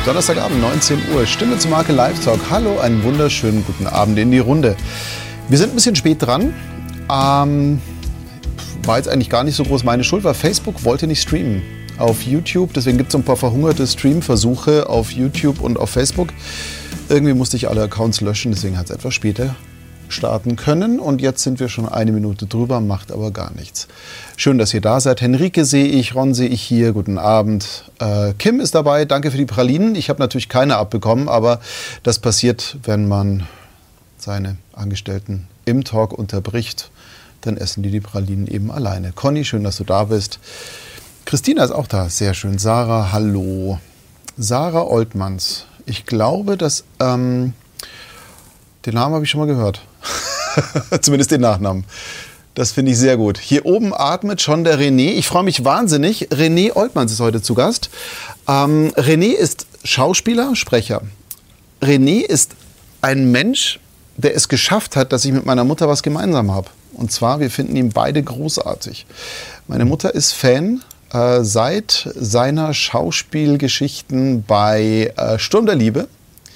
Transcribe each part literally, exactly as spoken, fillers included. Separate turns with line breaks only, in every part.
Donnerstagabend, neunzehn Uhr, Stimme zur Marke Live Talk. Hallo, einen wunderschönen guten Abend in die Runde. Wir sind ein bisschen spät dran. Ähm, war jetzt eigentlich gar nicht so groß meine Schuld, weil Facebook wollte nicht streamen auf YouTube. Deswegen gibt es ein paar verhungerte Streamversuche auf YouTube und auf Facebook. Irgendwie musste ich alle Accounts löschen, deswegen hat es etwas später starten können. Und jetzt sind wir schon eine Minute drüber, macht aber gar nichts. Schön, dass ihr da seid. Henrike sehe ich, Ron sehe ich hier. Guten Abend. Äh, Kim ist dabei. Danke für die Pralinen. Ich habe natürlich keine abbekommen, aber das passiert, wenn man seine Angestellten im Talk unterbricht. Dann essen die die Pralinen eben alleine. Conny, schön, dass du da bist. Christina ist auch da. Sehr schön. Sarah, hallo. Sarah Oltmanns. Ich glaube, dass... Ähm, den Namen habe ich schon mal gehört. Zumindest den Nachnamen. Das finde ich sehr gut. Hier oben atmet schon der René. Ich freue mich wahnsinnig. René Oltmanns ist heute zu Gast. Ähm, René ist Schauspieler, Sprecher. René ist ein Mensch, der es geschafft hat, dass ich mit meiner Mutter was gemeinsam habe. Und zwar, wir finden ihn beide großartig. Meine Mutter ist Fan äh, seit seiner Schauspielgeschichten bei äh, Sturm der Liebe.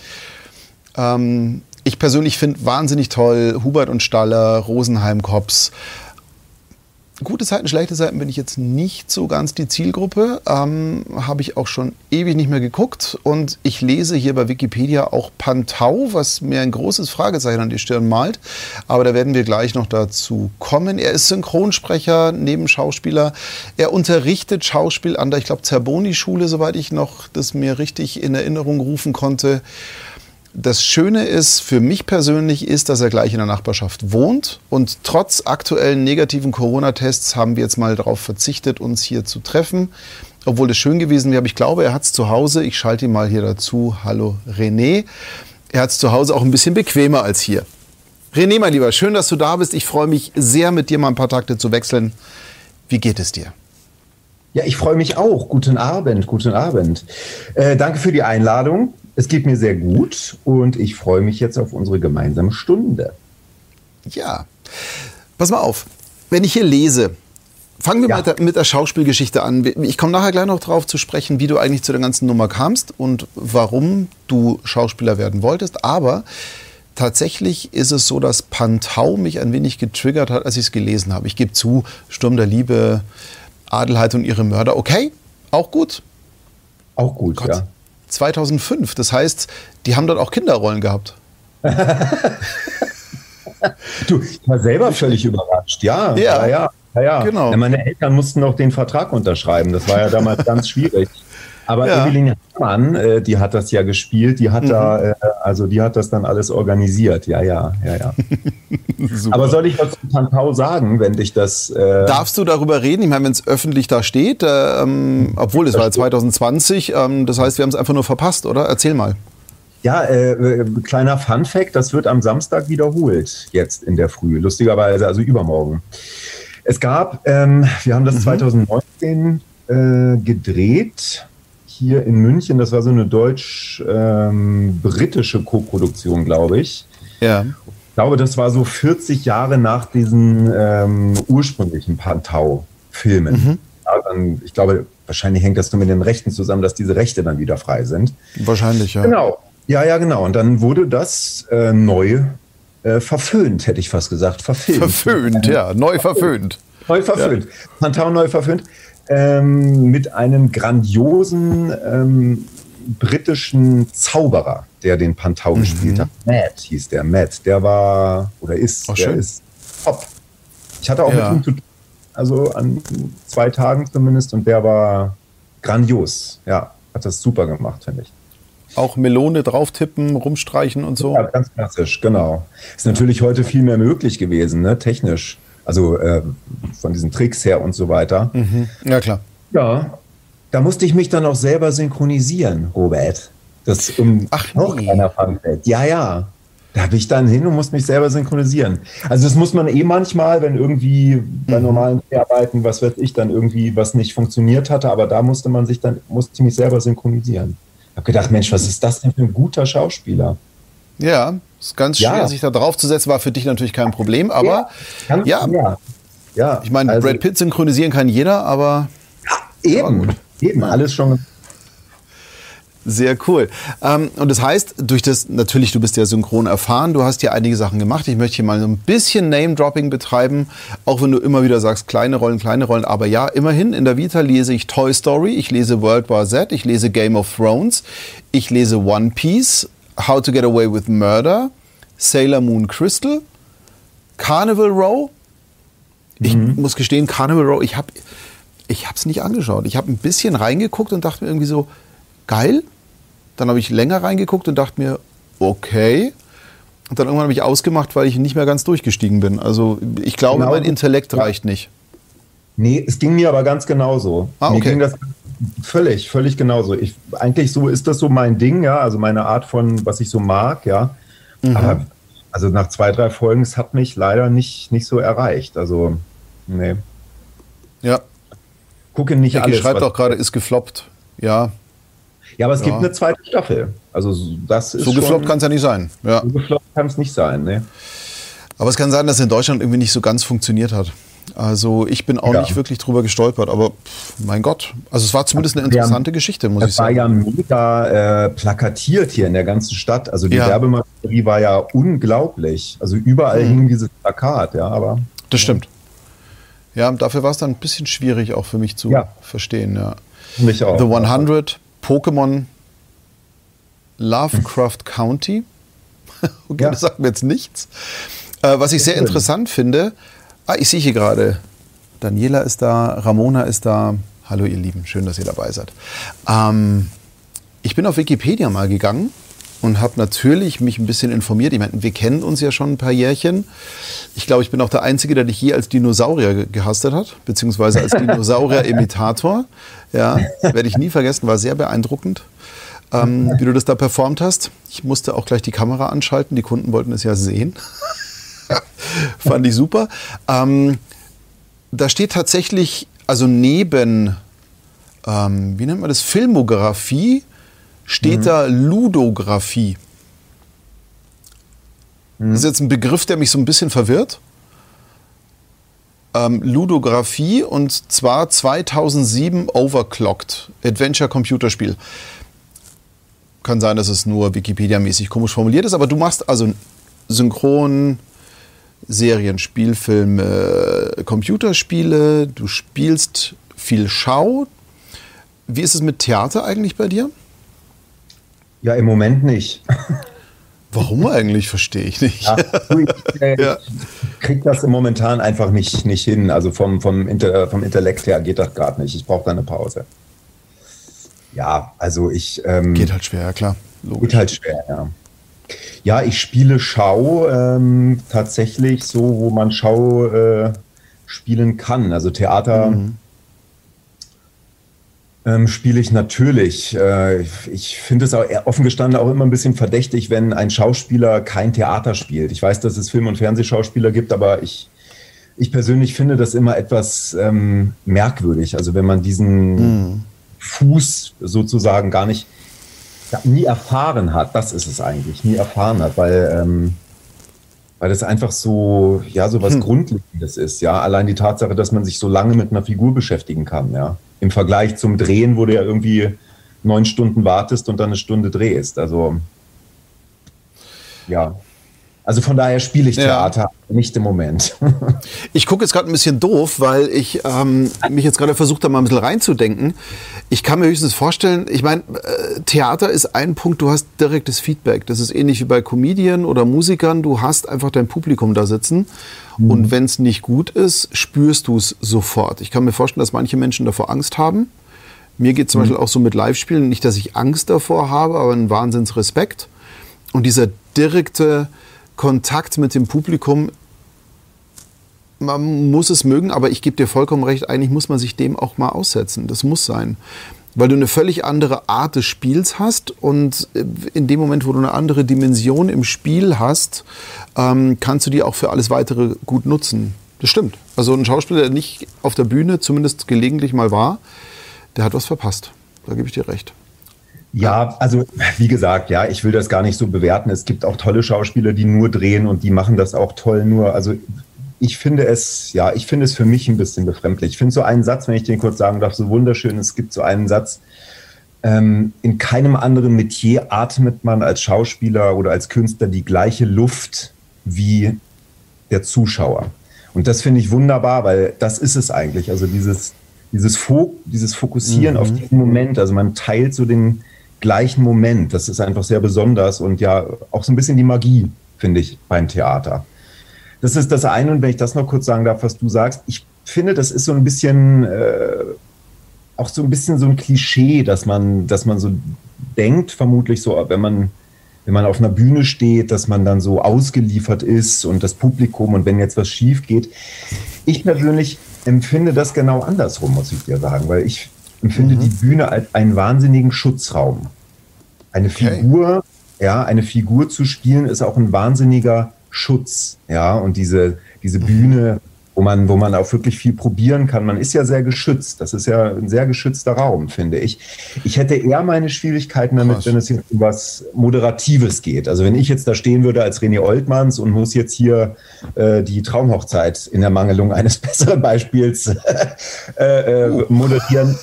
Ähm, Ich persönlich finde wahnsinnig toll Hubert und Staller, Rosenheim Cops. Gute Zeiten, schlechte Zeiten bin ich jetzt nicht so ganz die Zielgruppe. Ähm, habe ich auch schon ewig nicht mehr geguckt. Und ich lese hier bei Wikipedia auch Pantau, was mir ein großes Fragezeichen an die Stirn malt. Aber da werden wir gleich noch dazu kommen. Er ist Synchronsprecher, Nebenschauspieler. Er unterrichtet Schauspiel an der, ich glaube, Zerboni-Schule, soweit ich noch das mir richtig in Erinnerung rufen konnte. Das Schöne ist, für mich persönlich ist, dass er gleich in der Nachbarschaft wohnt. Und trotz aktuellen negativen Corona-Tests haben wir jetzt mal darauf verzichtet, uns hier zu treffen. Obwohl es schön gewesen wäre, aber ich glaube, er hat es zu Hause. Ich schalte ihn mal hier dazu. Hallo René. Er hat es zu Hause auch ein bisschen bequemer als hier. René, mein Lieber, schön, dass du da bist. Ich freue mich sehr, mit dir mal ein paar Takte zu wechseln. Wie geht es dir?
Ja, ich freue mich auch. Guten Abend, guten Abend. Äh, danke für die Einladung. Es geht mir sehr gut und ich freue mich jetzt auf unsere gemeinsame Stunde.
Ja, pass mal auf, wenn ich hier lese, fangen wir ja. mit, der, mit der Schauspielgeschichte an. Ich komme nachher gleich noch drauf zu sprechen, wie du eigentlich zu der ganzen Nummer kamst und warum du Schauspieler werden wolltest. Aber tatsächlich ist es so, dass Pantau mich ein wenig getriggert hat, als ich es gelesen habe. Ich gebe zu, Sturm der Liebe, Adelheid und ihre Mörder, okay, auch gut.
Auch gut, Gott. Ja.
zweitausendfünf, das heißt, die haben dort auch Kinderrollen gehabt.
Du, ich war selber völlig überrascht. Ja, ja, ja, ja, ja. Genau. Ja, meine Eltern mussten auch den Vertrag unterschreiben. Das war ja damals ganz schwierig. Aber ja. Evelyn Hamann, äh, die hat das ja gespielt, die hat mhm. da, äh, also die hat das dann alles organisiert. Ja, ja, ja, ja. Aber soll ich was zu Pantau sagen, wenn dich das... Äh
Darfst du darüber reden? Ich meine, wenn es öffentlich da steht, äh, ähm, obwohl es war zwanzig zwanzig, ähm, das heißt, wir haben es einfach nur verpasst, oder? Erzähl mal.
Ja, äh, kleiner Funfact, das wird am Samstag wiederholt, jetzt in der Früh, lustigerweise, also übermorgen. Es gab, ähm, wir haben das mhm. zwanzig neunzehn äh, gedreht, hier in München, das war so eine deutsch-britische ähm, Koproduktion, glaube ich.
Ja.
Ich glaube, das war so vierzig Jahre nach diesen ähm, ursprünglichen Pantau-Filmen. Mhm. Ja, dann, ich glaube, wahrscheinlich hängt das nur mit den Rechten zusammen, dass diese Rechte dann wieder frei sind.
Wahrscheinlich, ja.
Genau. Ja, ja, genau. Und dann wurde das äh, neu äh, verföhnt, hätte ich fast gesagt. Verfilmt.
Verföhnt, ja. Neu verföhnt.
Neu verföhnt. Ja. Pantau neu verföhnt. Ähm, mit einem grandiosen ähm, britischen Zauberer, der den Pantau mhm. gespielt hat. Matt hieß der. Matt, der war, oder ist,
oh,
der
schön.
ist top. Ich hatte auch
ja.
mit ihm zu tun, also an zwei Tagen zumindest, und der war grandios. Ja, hat das super gemacht, finde ich.
Auch Melone drauf tippen, rumstreichen und so?
Ja, ganz klassisch, genau. Ist natürlich heute viel mehr möglich gewesen, ne, technisch. Also äh, von diesen Tricks her und so weiter.
Mhm. Ja, klar.
Ja, da musste ich mich dann auch selber synchronisieren, Robert. Das um
Ach,
noch
nee.
kleiner Funfact. Ja, ja. Da bin ich dann hin und musste mich selber synchronisieren. Also das muss man eh manchmal, wenn irgendwie bei
mhm.
normalen Arbeiten, was weiß ich, dann irgendwie was nicht funktioniert hatte, aber da musste man sich dann, musste ich mich selber synchronisieren. Ich habe gedacht, Mensch, was ist das denn für ein guter Schauspieler?
Ja, ist ganz schwer,
ja.
sich da drauf zu setzen, war für dich natürlich kein Problem, aber
ja,
ja,
ja. ja.
ich meine, also, Brad Pitt synchronisieren kann jeder, aber
ja, eben, eben,
ja.
alles schon.
Sehr cool. Ähm, und das heißt, durch das, natürlich, du bist ja synchron erfahren, du hast hier einige Sachen gemacht. Ich möchte hier mal so ein bisschen Name-Dropping betreiben, auch wenn du immer wieder sagst, kleine Rollen, kleine Rollen. Aber ja, immerhin, in der Vita lese ich Toy Story, ich lese World War Z, ich lese Game of Thrones, ich lese One Piece, How to Get Away with Murder, Sailor Moon Crystal, Carnival Row. Ich mhm. muss gestehen, Carnival Row, ich habe ich hab's nicht angeschaut. Ich habe ein bisschen reingeguckt und dachte mir irgendwie so, geil. Dann habe ich länger reingeguckt und dachte mir, okay. Und dann irgendwann habe ich ausgemacht, weil ich nicht mehr ganz durchgestiegen bin. Also ich glaube, genau. mein Intellekt ja. reicht nicht.
Nee, es ging mir aber ganz genauso.
Ah, okay.
Mir ging das völlig, völlig genauso. Ich, eigentlich so ist das so mein Ding, ja, also meine Art von, was ich so mag, ja. Mhm. Aber also nach zwei, drei Folgen, es hat mich leider nicht, nicht so erreicht. Also, nee.
Ja.
Gucke nicht
Jackie
alles.
schreibt auch gerade, ist gefloppt. Ja.
Ja, aber es
ja.
gibt eine zweite Staffel. Also das ist
so gefloppt kann es ja nicht sein. Ja.
So gefloppt kann es nicht sein, ne?
Aber es kann sein, dass es in Deutschland irgendwie nicht so ganz funktioniert hat. Also ich bin auch ja. nicht wirklich drüber gestolpert, aber pff, mein Gott. Also es war zumindest eine interessante ja, Geschichte, muss ich sagen.
Es war ja mega äh, plakatiert hier in der ganzen Stadt. Also die ja. Werbemaschinerie war ja unglaublich. Also überall mhm. hing dieses Plakat, ja, aber...
Das stimmt. Ja, dafür war es dann ein bisschen schwierig auch für mich zu
ja.
verstehen, ja.
Mich auch.
The hundert, Pokémon, Lovecraft County. Okay, ja. das sagt mir jetzt nichts. Äh, was ich sehr interessant finde, ah, ich sehe hier gerade, Daniela ist da, Ramona ist da. Hallo ihr Lieben, schön, dass ihr dabei seid. Ähm, ich bin auf Wikipedia mal gegangen und habe natürlich mich ein bisschen informiert. Ich meine, wir kennen uns ja schon ein paar Jährchen. Ich glaube, ich bin auch der Einzige, der dich je als Dinosaurier gehastet hat, beziehungsweise als Dinosaurier-Imitator. Ja, werde ich nie vergessen, war sehr beeindruckend, ähm, wie du das da performt hast. Ich musste auch gleich die Kamera anschalten, die Kunden wollten es ja sehen. Fand ich super. Ähm, da steht tatsächlich, also neben, ähm, wie nennt man das, Filmografie, steht mhm. da Ludografie. Mhm. Das ist jetzt ein Begriff, der mich so ein bisschen verwirrt. Ähm, Ludografie und zwar zweitausendsieben Overclocked, Adventure-Computerspiel. Kann sein, dass es nur Wikipedia-mäßig komisch formuliert ist, aber du machst also Synchron, Serien, Spielfilme, Computerspiele, du spielst viel Schau. Wie ist es mit Theater eigentlich bei dir?
Ja, im Moment nicht.
Warum eigentlich? Verstehe ich nicht.
Ja, ich äh, ja. kriege das momentan einfach nicht, nicht hin. Also vom, vom, Inter, vom Intellekt her geht das gerade nicht. Ich brauche da eine Pause. Ja, also ich... Ähm,
geht halt schwer, ja klar.
Logisch. Geht halt schwer, ja. Ja, ich spiele Schau ähm, tatsächlich so, wo man Schau äh, spielen kann. Also Theater... Mhm. Ähm, spiele ich natürlich. Äh, ich finde es auch offen gestanden auch immer ein bisschen verdächtig, wenn ein Schauspieler kein Theater spielt. Ich weiß, dass es Film- und Fernsehschauspieler gibt, aber ich, ich persönlich finde das immer etwas ähm, merkwürdig. Also wenn man diesen mhm. Fuß sozusagen gar nicht, ja, nie erfahren hat, das ist es eigentlich, nie erfahren hat, weil, ähm, weil das einfach so, ja, so was hm. Grundlegendes ist. Ja, allein die Tatsache, dass man sich so lange mit einer Figur beschäftigen kann, ja. Im Vergleich zum Drehen, wo du ja irgendwie neun Stunden wartest und dann eine Stunde drehst. Also, ja. Also von daher spiele ich Theater, ja. nicht im Moment.
Ich gucke jetzt gerade ein bisschen doof, weil ich ähm, mich jetzt gerade versucht habe, mal ein bisschen reinzudenken. Ich kann mir höchstens vorstellen, ich meine, äh, Theater ist ein Punkt, du hast direktes Feedback. Das ist ähnlich wie bei Comedian oder Musikern. Du hast einfach dein Publikum da sitzen. Mhm. Und wenn es nicht gut ist, spürst du es sofort. Ich kann mir vorstellen, dass manche Menschen davor Angst haben. Mir geht zum mhm. Beispiel auch so mit Live-Spielen, nicht, dass ich Angst davor habe, aber einen Wahnsinnsrespekt. Und dieser direkte Kontakt mit dem Publikum, man muss es mögen, aber ich gebe dir vollkommen recht, eigentlich muss man sich dem auch mal aussetzen. Das muss sein. Weil du eine völlig andere Art des Spiels hast und in dem Moment, wo du eine andere Dimension im Spiel hast, ähm, kannst du die auch für alles Weitere gut nutzen. Das stimmt. Also ein Schauspieler, der nicht auf der Bühne zumindest gelegentlich mal war, der hat was verpasst. Da gebe ich dir recht.
Ja, also wie gesagt, ja, ich will das gar nicht so bewerten. Es gibt auch tolle Schauspieler, die nur drehen und die machen das auch toll. Nur, also ich finde es, ja, ich finde es für mich ein bisschen befremdlich. Ich finde so einen Satz, wenn ich den kurz sagen darf, so wunderschön. Es gibt so einen Satz, ähm, in keinem anderen Metier atmet man als Schauspieler oder als Künstler die gleiche Luft wie der Zuschauer. Und das finde ich wunderbar, weil das ist es eigentlich. Also dieses, dieses, Fo- dieses Fokussieren mhm. auf diesen Moment, also man teilt so den gleichen Moment, das ist einfach sehr besonders und ja auch so ein bisschen die Magie, finde ich, beim Theater. Das ist das eine, und wenn ich das noch kurz sagen darf, was du sagst, ich finde, das ist so ein bisschen, äh, auch so ein bisschen so ein Klischee, dass man, dass man so denkt, vermutlich so, wenn man wenn man auf einer Bühne steht, dass man dann so ausgeliefert ist und das Publikum und wenn jetzt was schief geht. Ich persönlich empfinde das genau andersrum, muss ich dir sagen, weil ich empfinde mhm. die Bühne als einen wahnsinnigen Schutzraum. Eine okay. Figur, ja, eine Figur zu spielen ist auch ein wahnsinniger Schutz, ja, und diese, diese mhm. Bühne, wo man, wo man auch wirklich viel probieren kann. Man ist ja sehr geschützt. Das ist ja ein sehr geschützter Raum, finde ich. Ich hätte eher meine Schwierigkeiten damit, Krass. wenn es jetzt um was Moderatives geht. Also wenn ich jetzt da stehen würde als René Oltmanns und muss jetzt hier äh, die Traumhochzeit in der Mangelung eines besseren Beispiels äh, äh, moderieren.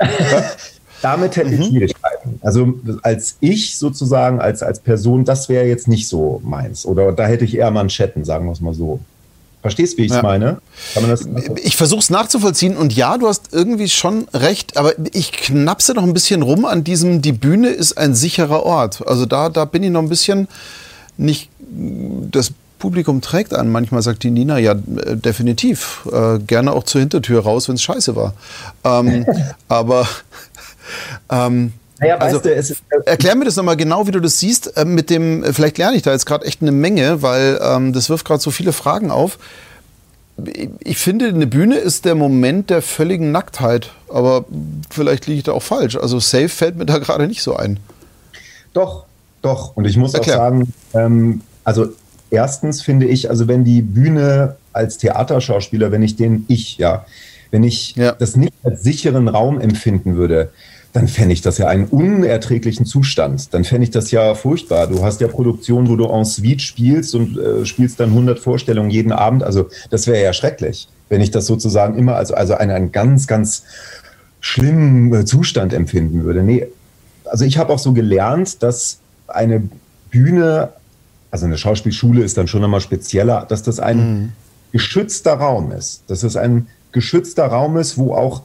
Damit hätte ich mhm. Schwierigkeiten. Also als ich sozusagen, als, als Person, das wäre jetzt nicht so meins. Oder da hätte ich eher Manschetten, sagen wir es mal so. Verstehst du, wie ich es ja. meine? Kann man das
ich versuche es nachzuvollziehen und ja, du hast irgendwie schon recht, aber ich knapse noch ein bisschen rum an diesem, die Bühne ist ein sicherer Ort. Also da, da bin ich noch ein bisschen nicht, das Publikum trägt an. Manchmal sagt die Nina, ja, definitiv, äh, gerne auch zur Hintertür raus, wenn es scheiße war. Ähm, aber ähm,
Naja,
also,
weißt du, es ist,
erklär mir das nochmal genau, wie du das siehst. Äh, mit dem, vielleicht lerne ich da jetzt gerade echt eine Menge, weil ähm, das wirft gerade so viele Fragen auf. Ich finde, eine Bühne ist der Moment der völligen Nacktheit. Aber vielleicht liege ich da auch falsch. Also safe fällt mir da gerade nicht so ein.
Doch, doch. Und ich muss
Erklär.
auch sagen, ähm, also erstens finde ich, also wenn die Bühne als Theaterschauspieler, wenn ich den, ich, ja, wenn ich ja. das nicht als sicheren Raum empfinden würde, dann fände ich das ja einen unerträglichen Zustand. Dann fände ich das ja furchtbar. Du hast ja Produktionen, wo du en suite spielst und äh, spielst dann hundert Vorstellungen jeden Abend. Also das wäre ja schrecklich, wenn ich das sozusagen immer als also einen, einen ganz, ganz schlimmen äh, Zustand empfinden würde. Nee, also ich habe auch so gelernt, dass eine Bühne, also eine Schauspielschule ist dann schon einmal spezieller, dass das ein mhm. geschützter Raum ist. Dass es ein geschützter Raum ist, wo auch,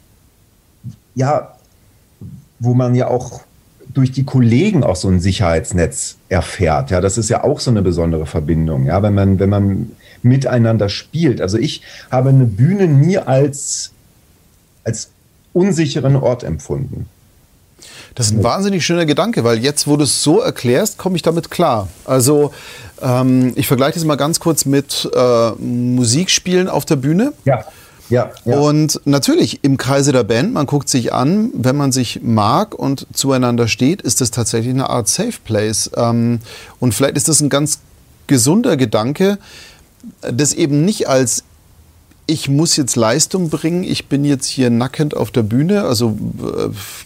ja, wo man ja auch durch die Kollegen auch so ein Sicherheitsnetz erfährt. Ja, das ist ja auch so eine besondere Verbindung, ja, wenn man, wenn man miteinander spielt. Also ich habe eine Bühne nie als, als unsicheren Ort empfunden.
Das ist ein wahnsinnig schöner Gedanke, weil jetzt, wo du es so erklärst, komme ich damit klar. Also ähm, ich vergleiche das mal ganz kurz mit äh, Musikspielen auf der Bühne.
Ja. Ja, ja.
Und natürlich im Kreise der Band, man guckt sich an, wenn man sich mag und zueinander steht, ist das tatsächlich eine Art Safe Place. Und vielleicht ist das ein ganz gesunder Gedanke, das eben nicht als ich muss jetzt Leistung bringen, ich bin jetzt hier nackend auf der Bühne, also äh,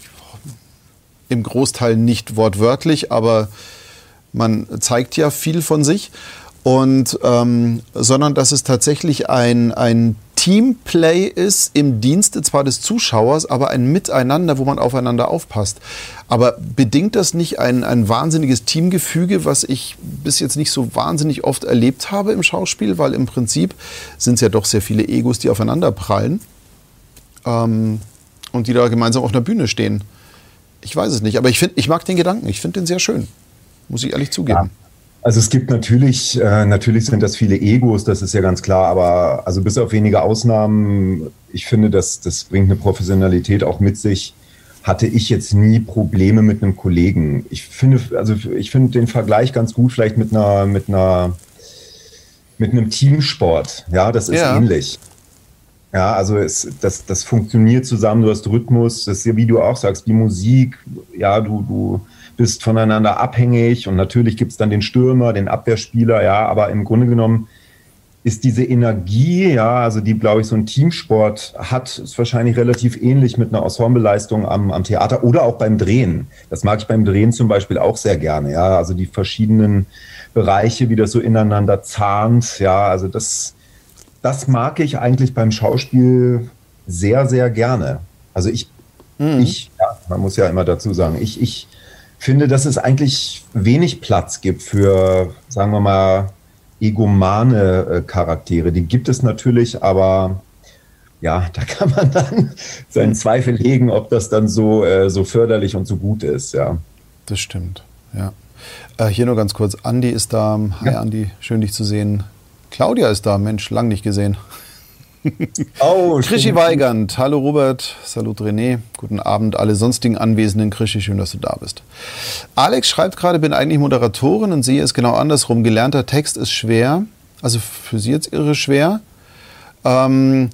im Großteil nicht wortwörtlich, aber man zeigt ja viel von sich. Und, ähm, sondern dass es tatsächlich ein, ein Teamplay ist im Dienste zwar des Zuschauers, aber ein Miteinander, wo man aufeinander aufpasst. Aber bedingt das nicht ein, ein wahnsinniges Teamgefüge, was ich bis jetzt nicht so wahnsinnig oft erlebt habe im Schauspiel, weil im Prinzip sind es ja doch sehr viele Egos, die aufeinander prallen ähm, und die da gemeinsam auf einer Bühne stehen. Ich weiß es nicht, aber ich, find, ich mag den Gedanken, ich finde den sehr schön, muss ich ehrlich zugeben.
Ja. Also es gibt natürlich, äh, natürlich sind das viele Egos, das ist ja ganz klar, aber also bis auf wenige Ausnahmen, ich finde, das, das bringt eine Professionalität auch mit sich, hatte ich jetzt nie Probleme mit einem Kollegen. Ich finde, also ich finde den Vergleich ganz gut, vielleicht mit einer, mit einer, mit einem Teamsport, ja, das ist ja ähnlich. Ja, also es, das, das funktioniert zusammen, du hast Rhythmus, das ist ja, wie du auch sagst, die Musik, ja, du, du bist voneinander abhängig und natürlich gibt es dann den Stürmer, den Abwehrspieler, ja, aber im Grunde genommen ist diese Energie, ja, also die, glaube ich, so ein Teamsport hat, ist wahrscheinlich relativ ähnlich mit einer Ensembleleistung am, am Theater oder auch beim Drehen. Das mag ich beim Drehen zum Beispiel auch sehr gerne, ja, also die verschiedenen Bereiche, wie das so ineinander zahnt, ja, also das, das mag ich eigentlich beim Schauspiel sehr, sehr gerne. Also ich Mhm. Ich, ja, man muss ja immer dazu sagen, ich, ich finde, dass es eigentlich wenig Platz gibt für, sagen wir mal, egomane äh, Charaktere. Die gibt es natürlich, aber ja, da kann man dann seinen mhm. Zweifel hegen, ob das dann so, äh, so förderlich und so gut ist, ja.
Das stimmt, ja. Äh, hier nur ganz kurz, Andi ist da. Hi ja. Andi, schön dich zu sehen. Claudia ist da, Mensch, lang nicht gesehen. Oh, Krischi Weigand, hallo Robert, salut René, guten Abend alle sonstigen Anwesenden. Krischi, schön, dass du da bist. Alex schreibt gerade, bin eigentlich Moderatorin und sehe es genau andersrum. Gelernter Text ist schwer, also für sie jetzt irre schwer. Ähm,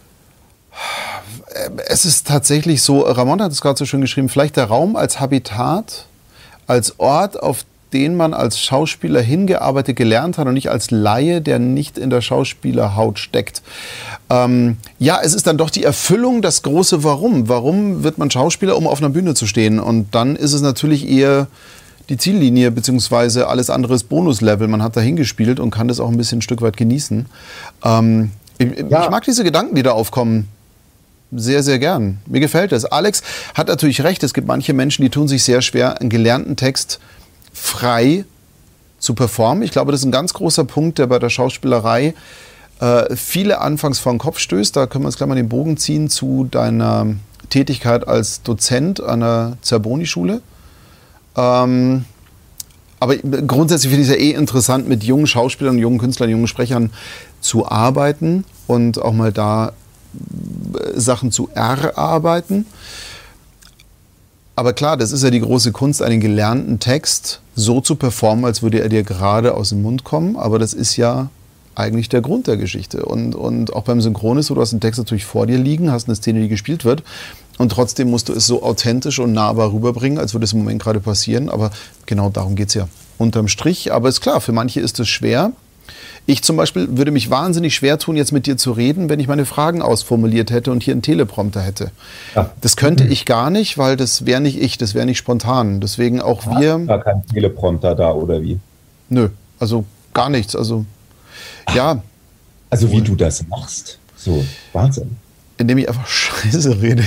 es ist tatsächlich so, Ramon hat es gerade so schön geschrieben, vielleicht der Raum als Habitat, als Ort, auf den man als Schauspieler hingearbeitet gelernt hat und nicht als Laie, der nicht in der Schauspielerhaut steckt. Ähm, ja, es ist dann doch die Erfüllung, das große Warum. Warum wird man Schauspieler, um auf einer Bühne zu stehen? Und dann ist es natürlich eher die Ziellinie, beziehungsweise alles andere ist Bonuslevel. Man hat da hingespielt und kann das auch ein bisschen ein Stück weit genießen. Ähm, ich, ja. ich mag diese Gedanken, die da aufkommen. Sehr, sehr gern. Mir gefällt das. Alex hat natürlich recht. Es gibt manche Menschen, die tun sich sehr schwer, einen gelernten Text frei zu performen. Ich glaube, das ist ein ganz großer Punkt, der bei der Schauspielerei äh, viele anfangs vor den Kopf stößt. Da können wir uns gleich mal den Bogen ziehen zu deiner Tätigkeit als Dozent an der Zerboni-Schule. Ähm, aber grundsätzlich finde ich es ja eh interessant, mit jungen Schauspielern, jungen Künstlern, jungen Sprechern zu arbeiten und auch mal da Sachen zu erarbeiten. Aber klar, das ist ja die große Kunst, einen gelernten Text so zu performen, als würde er dir gerade aus dem Mund kommen. Aber das ist ja eigentlich der Grund der Geschichte. Und, und auch beim Synchron ist so, du hast einen Text natürlich vor dir liegen, hast eine Szene, die gespielt wird. Und trotzdem musst du es so authentisch und nahbar rüberbringen, als würde es im Moment gerade passieren. Aber genau darum geht es ja unterm Strich. Aber ist klar, für manche ist es schwer. Ich zum Beispiel würde mich wahnsinnig schwer tun, jetzt mit dir zu reden, wenn ich meine Fragen ausformuliert hätte und hier einen Teleprompter hätte. Ja. Das könnte ich gar nicht, weil das wäre nicht ich, das wäre nicht spontan. Deswegen auch ja, wir...
Gar kein Teleprompter da, oder wie?
Nö, also gar nichts. Also, ja.
Also wie du das machst, so Wahnsinn.
Indem ich einfach Scheiße rede.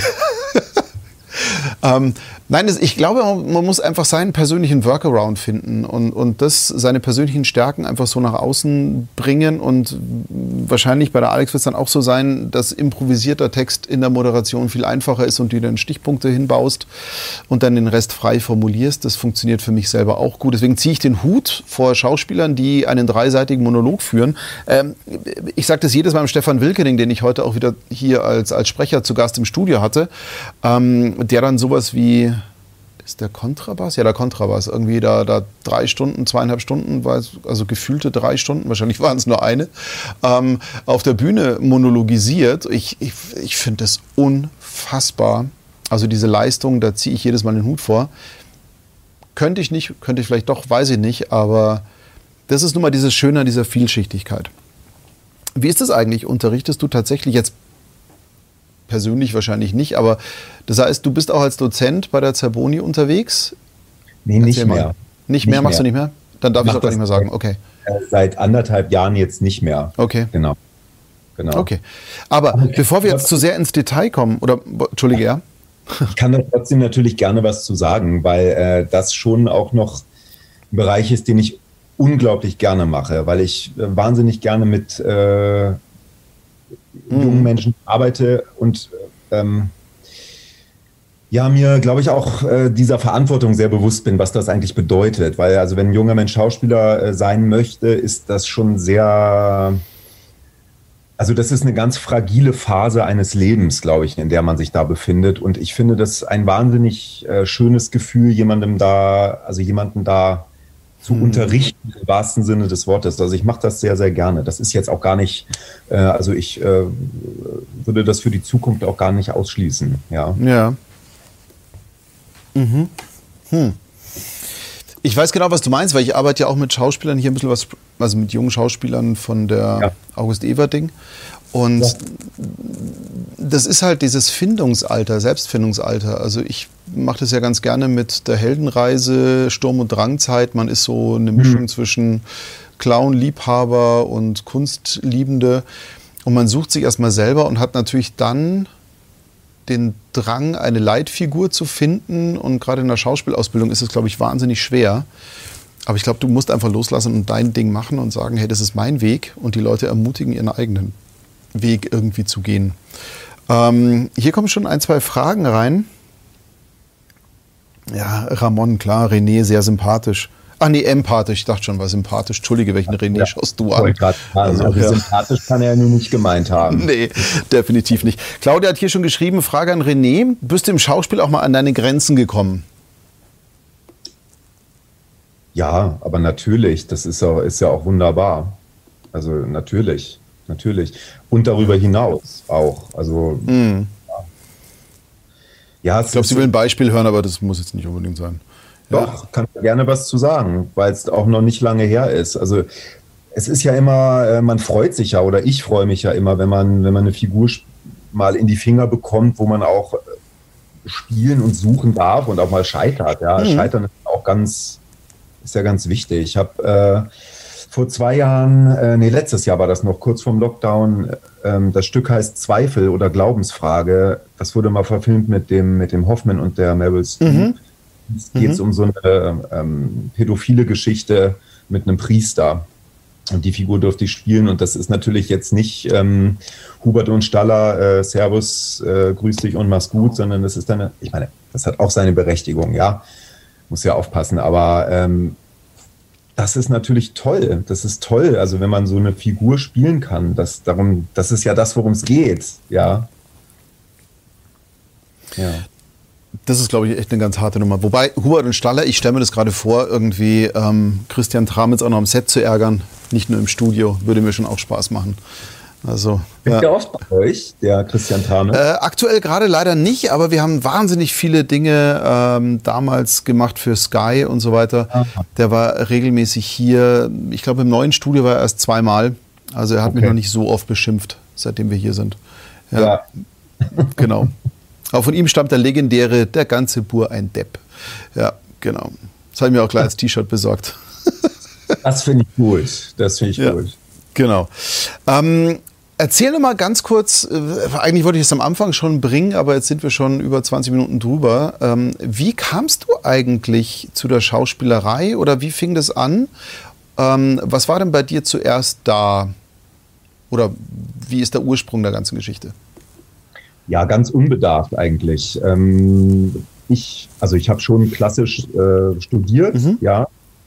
ähm, nein, das, ich glaube, man, man muss einfach seinen persönlichen Workaround finden und, und das, seine persönlichen Stärken einfach so nach außen bringen. Und wahrscheinlich bei der Alex wird es dann auch so sein, dass improvisierter Text in der Moderation viel einfacher ist und du dann Stichpunkte hinbaust und dann den Rest frei formulierst. Das funktioniert für mich selber auch gut. Deswegen ziehe ich den Hut vor Schauspielern, die einen dreiseitigen Monolog führen. Ähm, ich sage das jedes Mal dem Stefan Wilkening, den ich heute auch wieder hier als, als Sprecher zu Gast im Studio hatte, ähm, der dann sowas wie, ist der Kontrabass? Ja, der Kontrabass. Irgendwie da, da drei Stunden, zweieinhalb Stunden, also gefühlte drei Stunden, wahrscheinlich waren es nur eine, ähm, auf der Bühne monologisiert. Ich, ich, ich finde das unfassbar. Also diese Leistung, da ziehe ich jedes Mal den Hut vor. Könnte ich nicht, könnte ich vielleicht doch, weiß ich nicht, aber das ist nun mal dieses Schöne an dieser Vielschichtigkeit. Wie ist das eigentlich? Unterrichtest du tatsächlich jetzt persönlich wahrscheinlich nicht, aber das heißt, du bist auch als Dozent bei der Zerboni unterwegs?
Nee,
Erzähl
nicht
mal.
mehr.
Nicht, nicht mehr, machst mehr. Du nicht mehr? Dann darf ich es auch gar nicht mehr sagen, okay.
Seit anderthalb Jahren jetzt nicht mehr.
Okay.
Genau. genau.
Okay. Aber okay. Bevor wir jetzt zu sehr ins Detail kommen, oder, Entschuldige, ja?
Ich kann da trotzdem natürlich gerne was zu sagen, weil äh, das schon auch noch ein Bereich ist, den ich unglaublich gerne mache, weil ich äh, wahnsinnig gerne mit äh, jungen Menschen arbeite und ähm, ja, mir, glaube ich, auch äh, dieser Verantwortung sehr bewusst bin, was das eigentlich bedeutet. Weil also wenn ein junger Mensch Schauspieler äh, sein möchte, ist das schon sehr, also das ist eine ganz fragile Phase eines Lebens, glaube ich, in der man sich da befindet. Und ich finde das ein wahnsinnig äh, schönes Gefühl, jemandem da, also jemanden da zu mhm. unterrichten, im wahrsten Sinne des Wortes. Also ich mache das sehr, sehr gerne. Das ist jetzt auch gar nicht, äh, also ich äh, würde das für die Zukunft auch gar nicht ausschließen. Ja.
Ja. Mhm. Hm. Ich weiß genau, was du meinst, weil ich arbeite ja auch mit Schauspielern hier ein bisschen was, also mit jungen Schauspielern von der ja. August-Everding. Und ja. das ist halt dieses Findungsalter, Selbstfindungsalter. Also ich mache das ja ganz gerne mit der Heldenreise, Sturm- und Drangzeit. Man ist so eine Mischung mhm. zwischen Clown, Liebhaber und Kunstliebende. Und man sucht sich erstmal selber und hat natürlich dann den Drang, eine Leitfigur zu finden. Und gerade in der Schauspielausbildung ist es, glaube ich, wahnsinnig schwer. Aber ich glaube, du musst einfach loslassen und dein Ding machen und sagen, hey, das ist mein Weg. Und die Leute ermutigen, ihren eigenen Weg irgendwie zu gehen. Ähm, hier kommen schon ein, zwei Fragen rein. Ja, Ramon, klar, René, sehr sympathisch. Ah nee, empathisch, ich dachte schon, war sympathisch. Entschuldige, welchen René ja, schaust du an?
Also, also ja. Sympathisch kann er ja nur nicht gemeint haben.
Nee, definitiv nicht. Claudia hat hier schon geschrieben, Frage an René, bist du im Schauspiel auch mal an deine Grenzen gekommen?
Ja, aber natürlich, das ist ja, ist ja auch wunderbar. Also natürlich, natürlich. Und darüber hinaus auch. Also mm. ja.
Ich glaube, Sie will ein Beispiel hören, aber das muss jetzt nicht unbedingt sein.
Doch, ja. Kann gerne was zu sagen, weil es auch noch nicht lange her ist. Also es ist ja immer, man freut sich ja, oder ich freue mich ja immer, wenn man, wenn man eine Figur mal in die Finger bekommt, wo man auch spielen und suchen darf und auch mal scheitert. Ja, mhm. Scheitern ist auch ganz, ist ja ganz wichtig. Ich habe äh, vor zwei Jahren, äh, nee, letztes Jahr war das noch, kurz vorm Lockdown, ähm, das Stück heißt Zweifel oder Glaubensfrage. Das wurde mal verfilmt mit dem, mit dem Hoffman und der Meryl Streep. Mhm. Es geht mhm. um so eine ähm, pädophile Geschichte mit einem Priester. Und die Figur durfte ich spielen. Und das ist natürlich jetzt nicht ähm, Hubert und Staller, äh, Servus, äh, grüß dich und mach's gut, sondern das ist dann, ich meine, das hat auch seine Berechtigung, ja. Muss ja aufpassen. Aber ähm, das ist natürlich toll. Das ist toll. Also wenn man so eine Figur spielen kann, das, darum, das ist ja das, worum es geht, ja.
Ja. Das ist, glaube ich, echt eine ganz harte Nummer. Wobei, Hubert und Staller, ich stelle mir das gerade vor, irgendwie ähm, Christian Tramitz auch noch am Set zu ärgern, nicht nur im Studio, würde mir schon auch Spaß machen. Also,
ist ja. der oft bei euch, der Christian Tramitz?
Äh, aktuell gerade leider nicht, aber wir haben wahnsinnig viele Dinge ähm, damals gemacht für Sky und so weiter. Aha. Der war regelmäßig hier. Ich glaube, im neuen Studio war er erst zweimal. Also er hat okay. mich noch nicht so oft beschimpft, seitdem wir hier sind. Ja, ja. Genau. Aber von ihm stammt der legendäre, der ganze Bur ein Depp. Ja, genau. Das habe ich mir auch gleich als T-Shirt besorgt.
Das finde ich gut. Das finde ich ja, gut.
Genau. Ähm, erzähl noch mal ganz kurz, äh, eigentlich wollte ich es am Anfang schon bringen, aber jetzt sind wir schon über zwanzig Minuten drüber. Ähm, wie kamst du eigentlich zu der Schauspielerei oder wie fing das an? Ähm, was war denn bei dir zuerst da? Oder wie ist der Ursprung der ganzen Geschichte?
Ja, ganz unbedarft eigentlich. Ähm, ich, also ich habe schon klassisch äh, studiert, mhm. ja.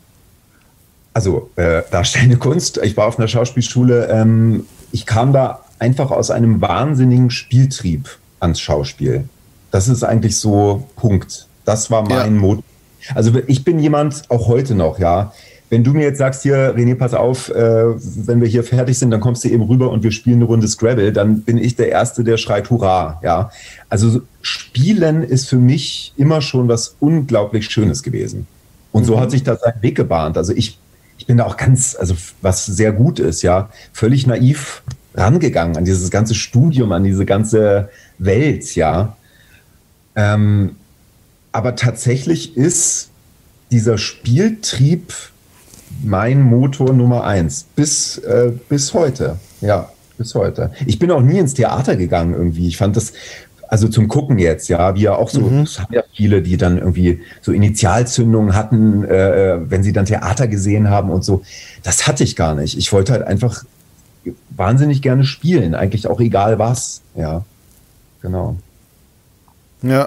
Also äh, darstellende Kunst. Ich war auf einer Schauspielschule. Ähm, ich kam da einfach aus einem wahnsinnigen Spieltrieb ans Schauspiel. Das ist eigentlich so Punkt. Das war mein ja. Motto. Also ich bin jemand, auch heute noch, ja. Wenn du mir jetzt sagst, hier, René, pass auf, äh, wenn wir hier fertig sind, dann kommst du eben rüber und wir spielen eine Runde Scrabble, dann bin ich der Erste, der schreit Hurra. Ja? Also Spielen ist für mich immer schon was unglaublich Schönes gewesen. Und so mhm. hat sich da seinen Weg gebahnt. Also ich, ich bin da auch ganz, also was sehr gut ist, ja, völlig naiv rangegangen an dieses ganze Studium, an diese ganze Welt, ja. Ähm, aber tatsächlich ist dieser Spieltrieb mein Motor Nummer eins. Bis, äh, bis heute. Ja, bis heute. Ich bin auch nie ins Theater gegangen irgendwie. Ich fand das, also zum Gucken jetzt, ja, wie ja auch so, mhm. es haben ja viele, die dann irgendwie so Initialzündungen hatten, äh, wenn sie dann Theater gesehen haben und so. Das hatte ich gar nicht. Ich wollte halt einfach wahnsinnig gerne spielen. Eigentlich auch egal was. Ja, genau.
Ja.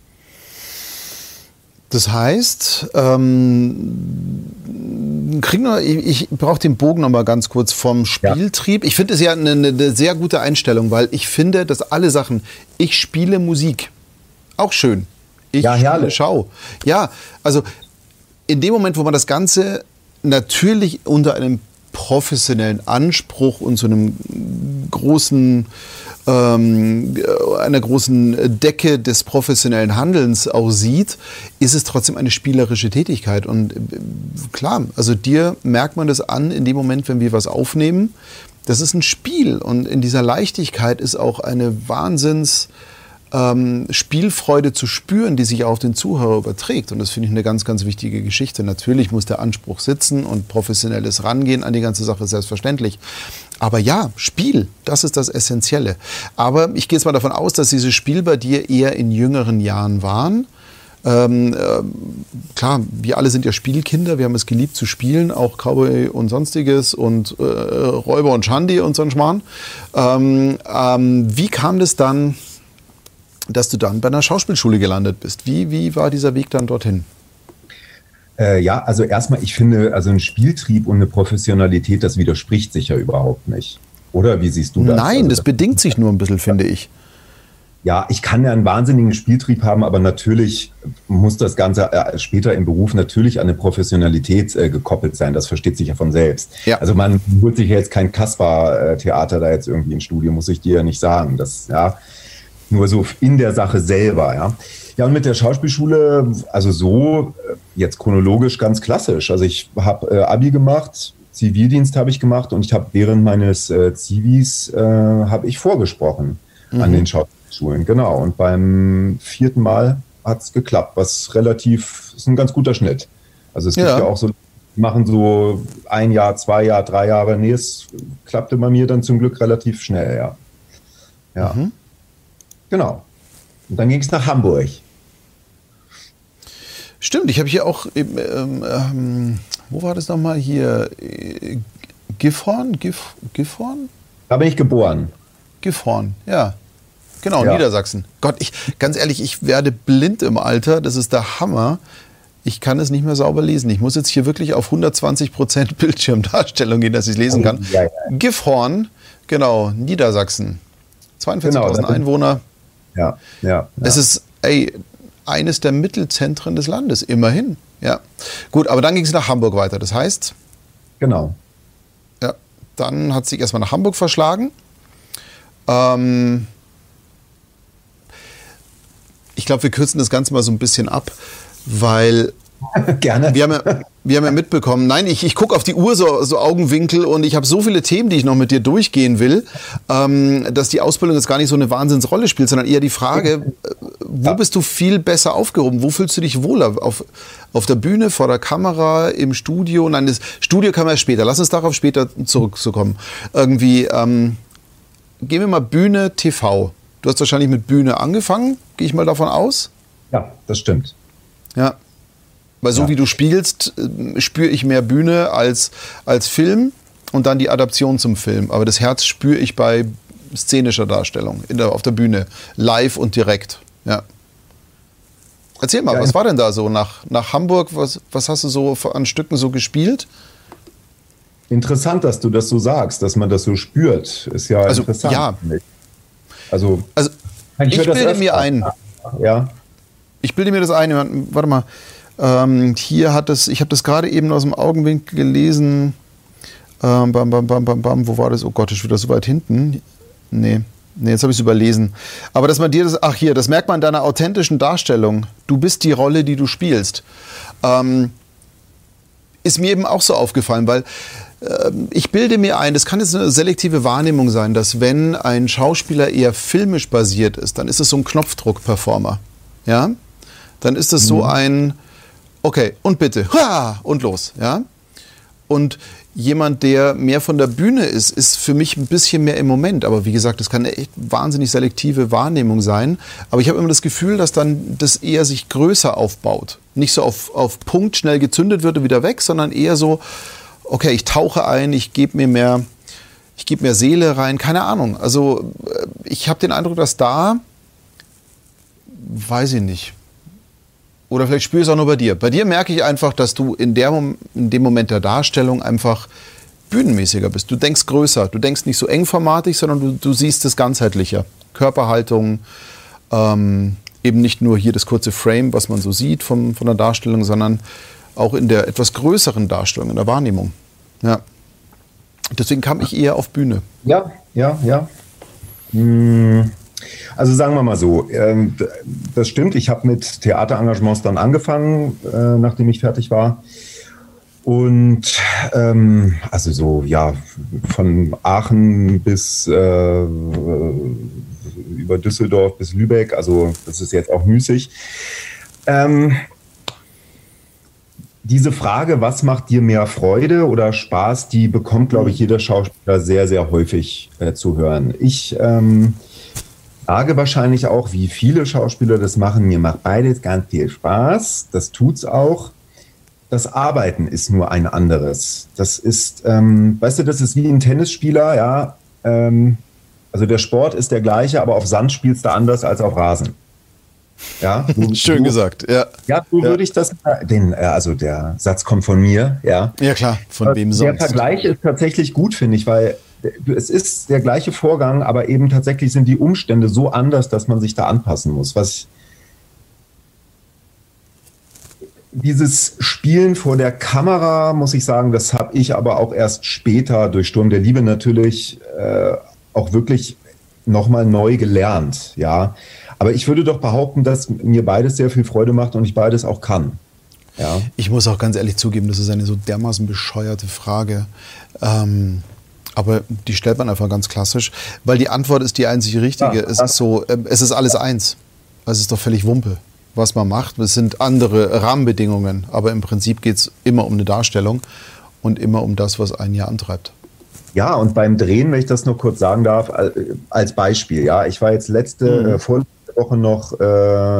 Das heißt, ähm, kriegen wir, ich, ich brauche den Bogen noch mal ganz kurz vom Spieltrieb. Ja. Ich finde es ja eine, eine sehr gute Einstellung, weil ich finde, dass alle Sachen, ich spiele Musik, auch schön. Ich
ja,
spiele Schau. Ja, also in dem Moment, wo man das Ganze natürlich unter einem professionellen Anspruch und so einem großen ähm, einer großen Decke des professionellen Handelns auch sieht, ist es trotzdem eine spielerische Tätigkeit. Und äh, klar, also dir merkt man das an in dem Moment, wenn wir was aufnehmen. Das ist ein Spiel und in dieser Leichtigkeit ist auch eine Wahnsinns ähm, Spielfreude zu spüren, die sich auf den Zuhörer überträgt. Und das finde ich eine ganz, ganz wichtige Geschichte. Natürlich muss der Anspruch sitzen und professionelles Rangehen an die ganze Sache, selbstverständlich. Aber ja, Spiel, das ist das Essentielle. Aber ich gehe jetzt mal davon aus, dass diese Spiel bei dir eher in jüngeren Jahren waren. Ähm, äh, klar, wir alle sind ja Spielkinder, wir haben es geliebt zu spielen, auch Cowboy und Sonstiges und äh, Räuber und Schandi und so ein Schmarrn. Ähm, ähm, wie kam das dann, dass du dann bei einer Schauspielschule gelandet bist? Wie, wie war dieser Weg dann dorthin?
Äh, ja, also erstmal, ich finde, also ein Spieltrieb und eine Professionalität, das widerspricht sich ja überhaupt nicht. Oder wie siehst du das?
Nein,
also,
das bedingt sich nur ein bisschen, finde ich.
Ja, ich kann ja einen wahnsinnigen Spieltrieb haben, aber natürlich muss das Ganze äh, später im Beruf natürlich an eine Professionalität äh, gekoppelt sein. Das versteht sich ja von selbst. Ja. Also man holt sich ja jetzt kein Kasper-Theater da jetzt irgendwie ins Studio, muss ich dir ja nicht sagen. Das, ja, nur so in der Sache selber, ja. Ja, und mit der Schauspielschule, also so jetzt chronologisch ganz klassisch. Also ich habe äh, Abi gemacht, Zivildienst habe ich gemacht und ich habe während meines äh, Zivis äh, habe ich vorgesprochen mhm. an den Schauspielschulen. Genau. Und beim vierten Mal hat es geklappt, was relativ, ist ein ganz guter Schnitt. Also es gibt ja, ja auch so, machen so ein Jahr, zwei Jahre, drei Jahre. Nee, es klappte bei mir dann zum Glück relativ schnell, ja. Ja. Mhm. Genau. Und dann ging es nach Hamburg.
Stimmt, ich habe hier auch, ähm, ähm, wo war das nochmal hier? Äh, Gifhorn? Gif, Gifhorn?
Da bin ich geboren.
Gifhorn, ja. Genau,
ja.
Niedersachsen. Gott, ich, ganz ehrlich, ich werde blind im Alter, das ist der Hammer. Ich kann es nicht mehr sauber lesen. Ich muss jetzt hier wirklich auf hundertzwanzig Prozent Bildschirmdarstellung gehen, dass ich es lesen kann. Ja, ja. Gifhorn, genau, Niedersachsen. zweiundvierzigtausend genau, Einwohner.
Ja, ja, ja.
Es ist, ey, eines der Mittelzentren des Landes, immerhin. Ja. Gut, aber dann ging es nach Hamburg weiter. Das heißt?
Genau.
Ja, dann hat sich erstmal nach Hamburg verschlagen. Ähm, ich glaube, wir kürzen das Ganze mal so ein bisschen ab, weil
Gerne.
Wir haben ja, wir haben ja mitbekommen, nein, ich, ich gucke auf die Uhr, so, so Augenwinkel, und ich habe so viele Themen, die ich noch mit dir durchgehen will, ähm, dass die Ausbildung jetzt gar nicht so eine Wahnsinnsrolle spielt, sondern eher die Frage, wo bist du viel besser aufgehoben? Wo fühlst du dich wohler? Auf, auf der Bühne, vor der Kamera, im Studio? Nein, das Studio kann man erst später. Lass uns darauf später zurückzukommen. Irgendwie, ähm, gehen wir mal Bühne, T V. Du hast wahrscheinlich mit Bühne angefangen, gehe ich mal davon aus?
Ja, das stimmt.
Ja. Weil so
ja.
wie du spielst, spüre ich mehr Bühne als, als Film und dann die Adaption zum Film. Aber das Herz spüre ich bei szenischer Darstellung, in der, auf der Bühne, live und direkt. Ja. Erzähl mal, ja, was war denn da so nach, nach Hamburg? Was, was hast du so an Stücken so gespielt?
Interessant, dass du das so sagst, dass man das so spürt. Ist ja
also,
interessant.
Ja.
Also,
also ich, ich bilde mir ein.
Ja.
Ich bilde mir das ein. Warte mal. Ähm, hier hat es, ich habe das gerade eben aus dem Augenwinkel gelesen. Ähm, bam, bam, bam, bam, bam. Wo war das? Oh Gott, ist wieder so weit hinten. Nee, nee, jetzt habe ich es überlesen. Aber dass man dir das, ach hier, das merkt man in deiner authentischen Darstellung. Du bist die Rolle, die du spielst. Ähm, ist mir eben auch so aufgefallen, weil äh, ich bilde mir ein, das kann jetzt eine selektive Wahrnehmung sein, dass wenn ein Schauspieler eher filmisch basiert ist, dann ist es so ein Knopfdruck-Performer. Ja? Dann ist es mhm. so ein okay, und bitte, ha, und los, ja. Und jemand, der mehr von der Bühne ist, ist für mich ein bisschen mehr im Moment. Aber wie gesagt, das kann eine echt wahnsinnig selektive Wahrnehmung sein. Aber ich habe immer das Gefühl, dass dann das eher sich größer aufbaut. Nicht so auf, auf Punkt schnell gezündet wird und wieder weg, sondern eher so, okay, ich tauche ein, ich gebe mir mehr, ich gebe mehr Seele rein, keine Ahnung. Also ich habe den Eindruck, dass da, weiß ich nicht, oder vielleicht spüre ich es auch nur bei dir. Bei dir merke ich einfach, dass du in, der, in dem Moment der Darstellung einfach bühnenmäßiger bist. Du denkst größer, du denkst nicht so engformatig, sondern du, du siehst es ganzheitlicher. Körperhaltung, ähm, eben nicht nur hier das kurze Frame, was man so sieht von, von der Darstellung, sondern auch in der etwas größeren Darstellung, in der Wahrnehmung. Ja. Deswegen kam ich eher auf Bühne.
Ja, ja, ja. Hm. Also sagen wir mal so, ähm, das stimmt, ich habe mit Theaterengagements dann angefangen, äh, nachdem ich fertig war. Und ähm, also so, ja, von Aachen bis äh, über Düsseldorf bis Lübeck, also das ist jetzt auch müßig. Ähm, diese Frage, was macht dir mehr Freude oder Spaß, die bekommt, glaube ich, jeder Schauspieler sehr, sehr häufig äh, zu hören. Ich ähm, sage wahrscheinlich auch, wie viele Schauspieler das machen, mir macht beides ganz viel Spaß, das tut's auch. Das Arbeiten ist nur ein anderes. Das ist, ähm, weißt du, das ist wie ein Tennisspieler, ja. Ähm, also der Sport ist der gleiche, aber auf Sand spielst du anders als auf Rasen. Ja,
so, Schön so, gesagt, ja.
Ja, so
ja.
würde ich das, den, also der Satz kommt von mir, ja.
Ja klar, von wem sonst.
Der Vergleich ist tatsächlich gut, finde ich, weil es ist der gleiche Vorgang, aber eben tatsächlich sind die Umstände so anders, dass man sich da anpassen muss. Was Dieses Spielen vor der Kamera, muss ich sagen, das habe ich aber auch erst später durch Sturm der Liebe natürlich äh, auch wirklich nochmal neu gelernt, ja. Aber ich würde doch behaupten, dass mir beides sehr viel Freude macht und ich beides auch kann. Ja.
Ich muss auch ganz ehrlich zugeben, das ist eine so dermaßen bescheuerte Frage. Ähm, aber die stellt man einfach ganz klassisch, weil die Antwort ist die einzig richtige. Ja, es ist so, äh, es ist alles eins. Es ist doch völlig Wumpe, was man macht. Es sind andere Rahmenbedingungen, aber im Prinzip geht es immer um eine Darstellung und immer um das, was einen ja antreibt.
Ja, und beim Drehen, wenn ich das nur kurz sagen darf, als Beispiel, ja, ich war jetzt letzte, mhm. äh, vorletzte Woche noch äh,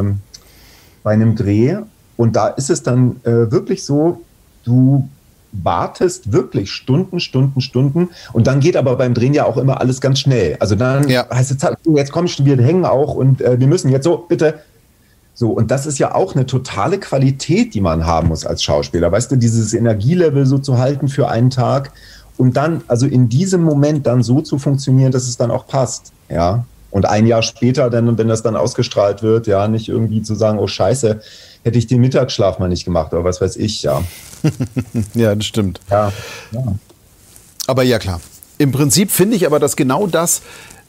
bei einem Dreh und da ist es dann äh, wirklich so, du wartest wirklich Stunden, Stunden, Stunden und dann geht aber beim Drehen ja auch immer alles ganz schnell. Also dann ja. heißt es, jetzt komm, wir hängen auch und äh, wir müssen jetzt so, bitte. So, und das ist ja auch eine totale Qualität, die man haben muss als Schauspieler. Weißt du, dieses Energielevel so zu halten für einen Tag und dann, also in diesem Moment dann so zu funktionieren, dass es dann auch passt, ja. Und ein Jahr später, dann, wenn das dann ausgestrahlt wird, ja, nicht irgendwie zu sagen, oh Scheiße, hätte ich den Mittagsschlaf mal nicht gemacht oder was weiß ich, ja.
Ja, das stimmt.
Ja, ja.
Aber ja, klar. Im Prinzip finde ich aber, dass genau das,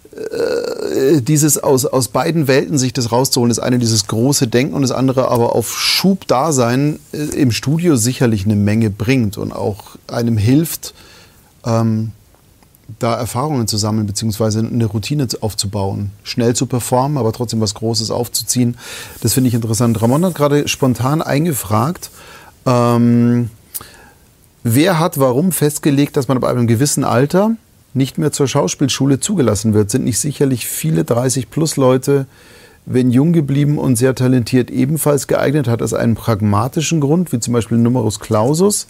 äh, dieses aus, aus beiden Welten sich das rauszuholen, das eine dieses große Denken und das andere aber auf Schub-Dasein äh, im Studio sicherlich eine Menge bringt und auch einem hilft, ähm, da Erfahrungen zu sammeln, beziehungsweise eine Routine aufzubauen, schnell zu performen, aber trotzdem was Großes aufzuziehen. Das finde ich interessant. Ramon hat gerade spontan eingefragt, ähm, wer hat warum festgelegt, dass man ab einem gewissen Alter nicht mehr zur Schauspielschule zugelassen wird? Sind nicht sicherlich viele dreißig-plus-Leute, wenn jung geblieben und sehr talentiert, ebenfalls geeignet? Hat das einen pragmatischen Grund, wie zum Beispiel Numerus Clausus?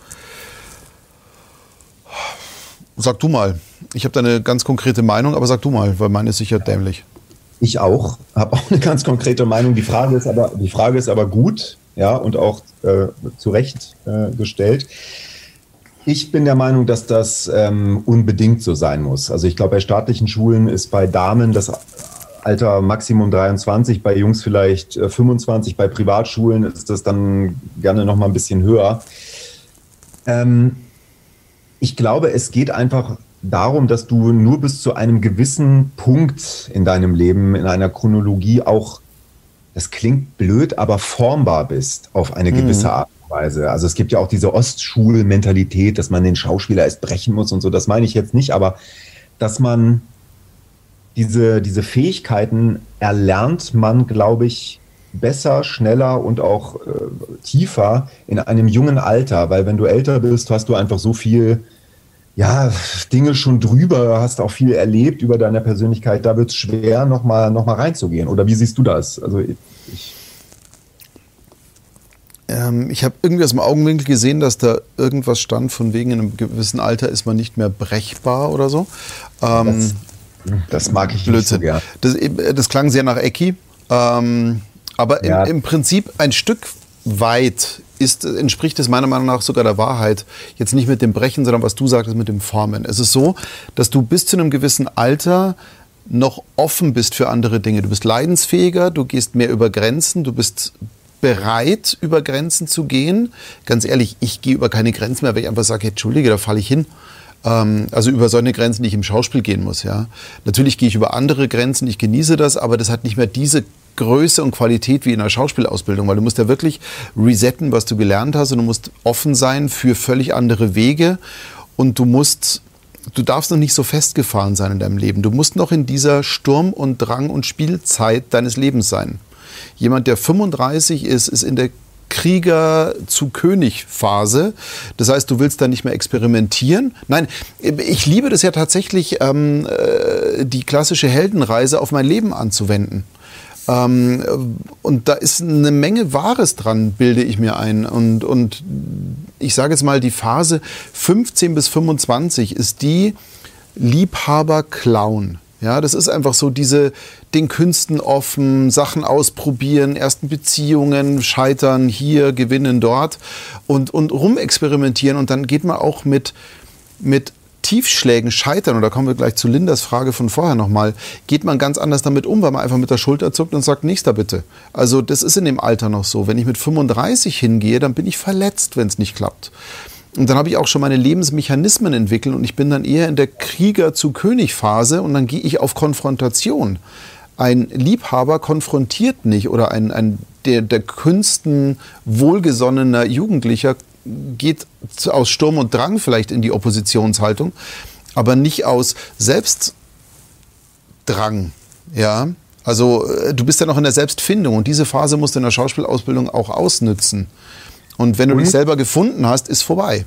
Sag du mal. Ich habe da eine ganz konkrete Meinung, aber sag du mal, weil meine ist sicher dämlich.
Ich auch, habe auch eine ganz konkrete Meinung. Die Frage ist aber, die Frage ist aber gut, ja, und auch äh, zu Recht äh, gestellt. Ich bin der Meinung, dass das ähm, unbedingt so sein muss. Also ich glaube, bei staatlichen Schulen ist bei Damen das Alter Maximum dreiundzwanzig, bei Jungs vielleicht äh, fünfundzwanzig, bei Privatschulen ist das dann gerne noch mal ein bisschen höher. Ähm, ich glaube, es geht einfach darum, dass du nur bis zu einem gewissen Punkt in deinem Leben, in einer Chronologie auch, das klingt blöd, aber formbar bist auf eine gewisse Art und Weise. Also es gibt ja auch diese Ostschul-Mentalität, dass man den Schauspieler erst brechen muss und so, das meine ich jetzt nicht, aber dass man diese, diese Fähigkeiten erlernt man, glaube ich, besser, schneller und auch äh, tiefer in einem jungen Alter, weil wenn du älter bist, hast du einfach so viel, ja, Dinge schon drüber, hast auch viel erlebt über deine Persönlichkeit, da wird es schwer, nochmal noch mal reinzugehen. Oder wie siehst du das? Also ich, ich
ähm, ich habe irgendwie aus dem Augenwinkel gesehen, dass da irgendwas stand, von wegen in einem gewissen Alter ist man nicht mehr brechbar oder so. Ähm,
das, das mag ich Blödsinn. Nicht so gern.
Das, das klang sehr nach Ecki. Ähm, aber ja. im, im Prinzip ein Stück weit ist, entspricht es meiner Meinung nach sogar der Wahrheit. Jetzt nicht mit dem Brechen, sondern was du sagtest mit dem Formen. Es ist so, dass du bis zu einem gewissen Alter noch offen bist für andere Dinge. Du bist leidensfähiger, du gehst mehr über Grenzen, du bist bereit, über Grenzen zu gehen. Ganz ehrlich, ich gehe über keine Grenzen mehr, weil ich einfach sage, hey, Entschuldige, da falle ich hin. Ähm, also über solche Grenzen, die ich im Schauspiel gehen muss. Ja. Natürlich gehe ich über andere Grenzen, ich genieße das, aber das hat nicht mehr diese Größe und Qualität wie in der Schauspielausbildung, weil du musst ja wirklich resetten, was du gelernt hast und du musst offen sein für völlig andere Wege und du musst du darfst noch nicht so festgefahren sein in deinem Leben. Du musst noch in dieser Sturm- und Drang- und Spielzeit deines Lebens sein. Jemand, der fünfunddreißig ist, ist in der Krieger zu König Phase. Das heißt, du willst da nicht mehr experimentieren. Nein, ich liebe das ja tatsächlich, ähm, die klassische Heldenreise auf mein Leben anzuwenden. Ähm, und da ist eine Menge Wahres dran, bilde ich mir ein. Und, und ich sage jetzt mal, die Phase fünfzehn bis fünfundzwanzig ist die Liebhaber-Clown. Ja, das ist einfach so diese, den Künsten offen, Sachen ausprobieren, ersten Beziehungen, scheitern hier, gewinnen dort und, und rumexperimentieren. Und dann geht man auch mit, mit Tiefschlägen, Scheitern, und da kommen wir gleich zu Lindas Frage von vorher nochmal, geht man ganz anders damit um, weil man einfach mit der Schulter zuckt und sagt, nächster bitte. Also das ist in dem Alter noch so. Wenn ich mit fünfunddreißig hingehe, dann bin ich verletzt, wenn es nicht klappt. Und dann habe ich auch schon meine Lebensmechanismen entwickelt und ich bin dann eher in der Krieger-zu-König-Phase und dann gehe ich auf Konfrontation. Ein Liebhaber konfrontiert nicht oder ein, ein der, der Künsten wohlgesonnener Jugendlicher geht aus Sturm und Drang vielleicht in die Oppositionshaltung, aber nicht aus Selbstdrang. Ja? Also du bist ja noch in der Selbstfindung und diese Phase musst du in der Schauspielausbildung auch ausnützen. Und wenn du mhm. dich selber gefunden hast, ist vorbei.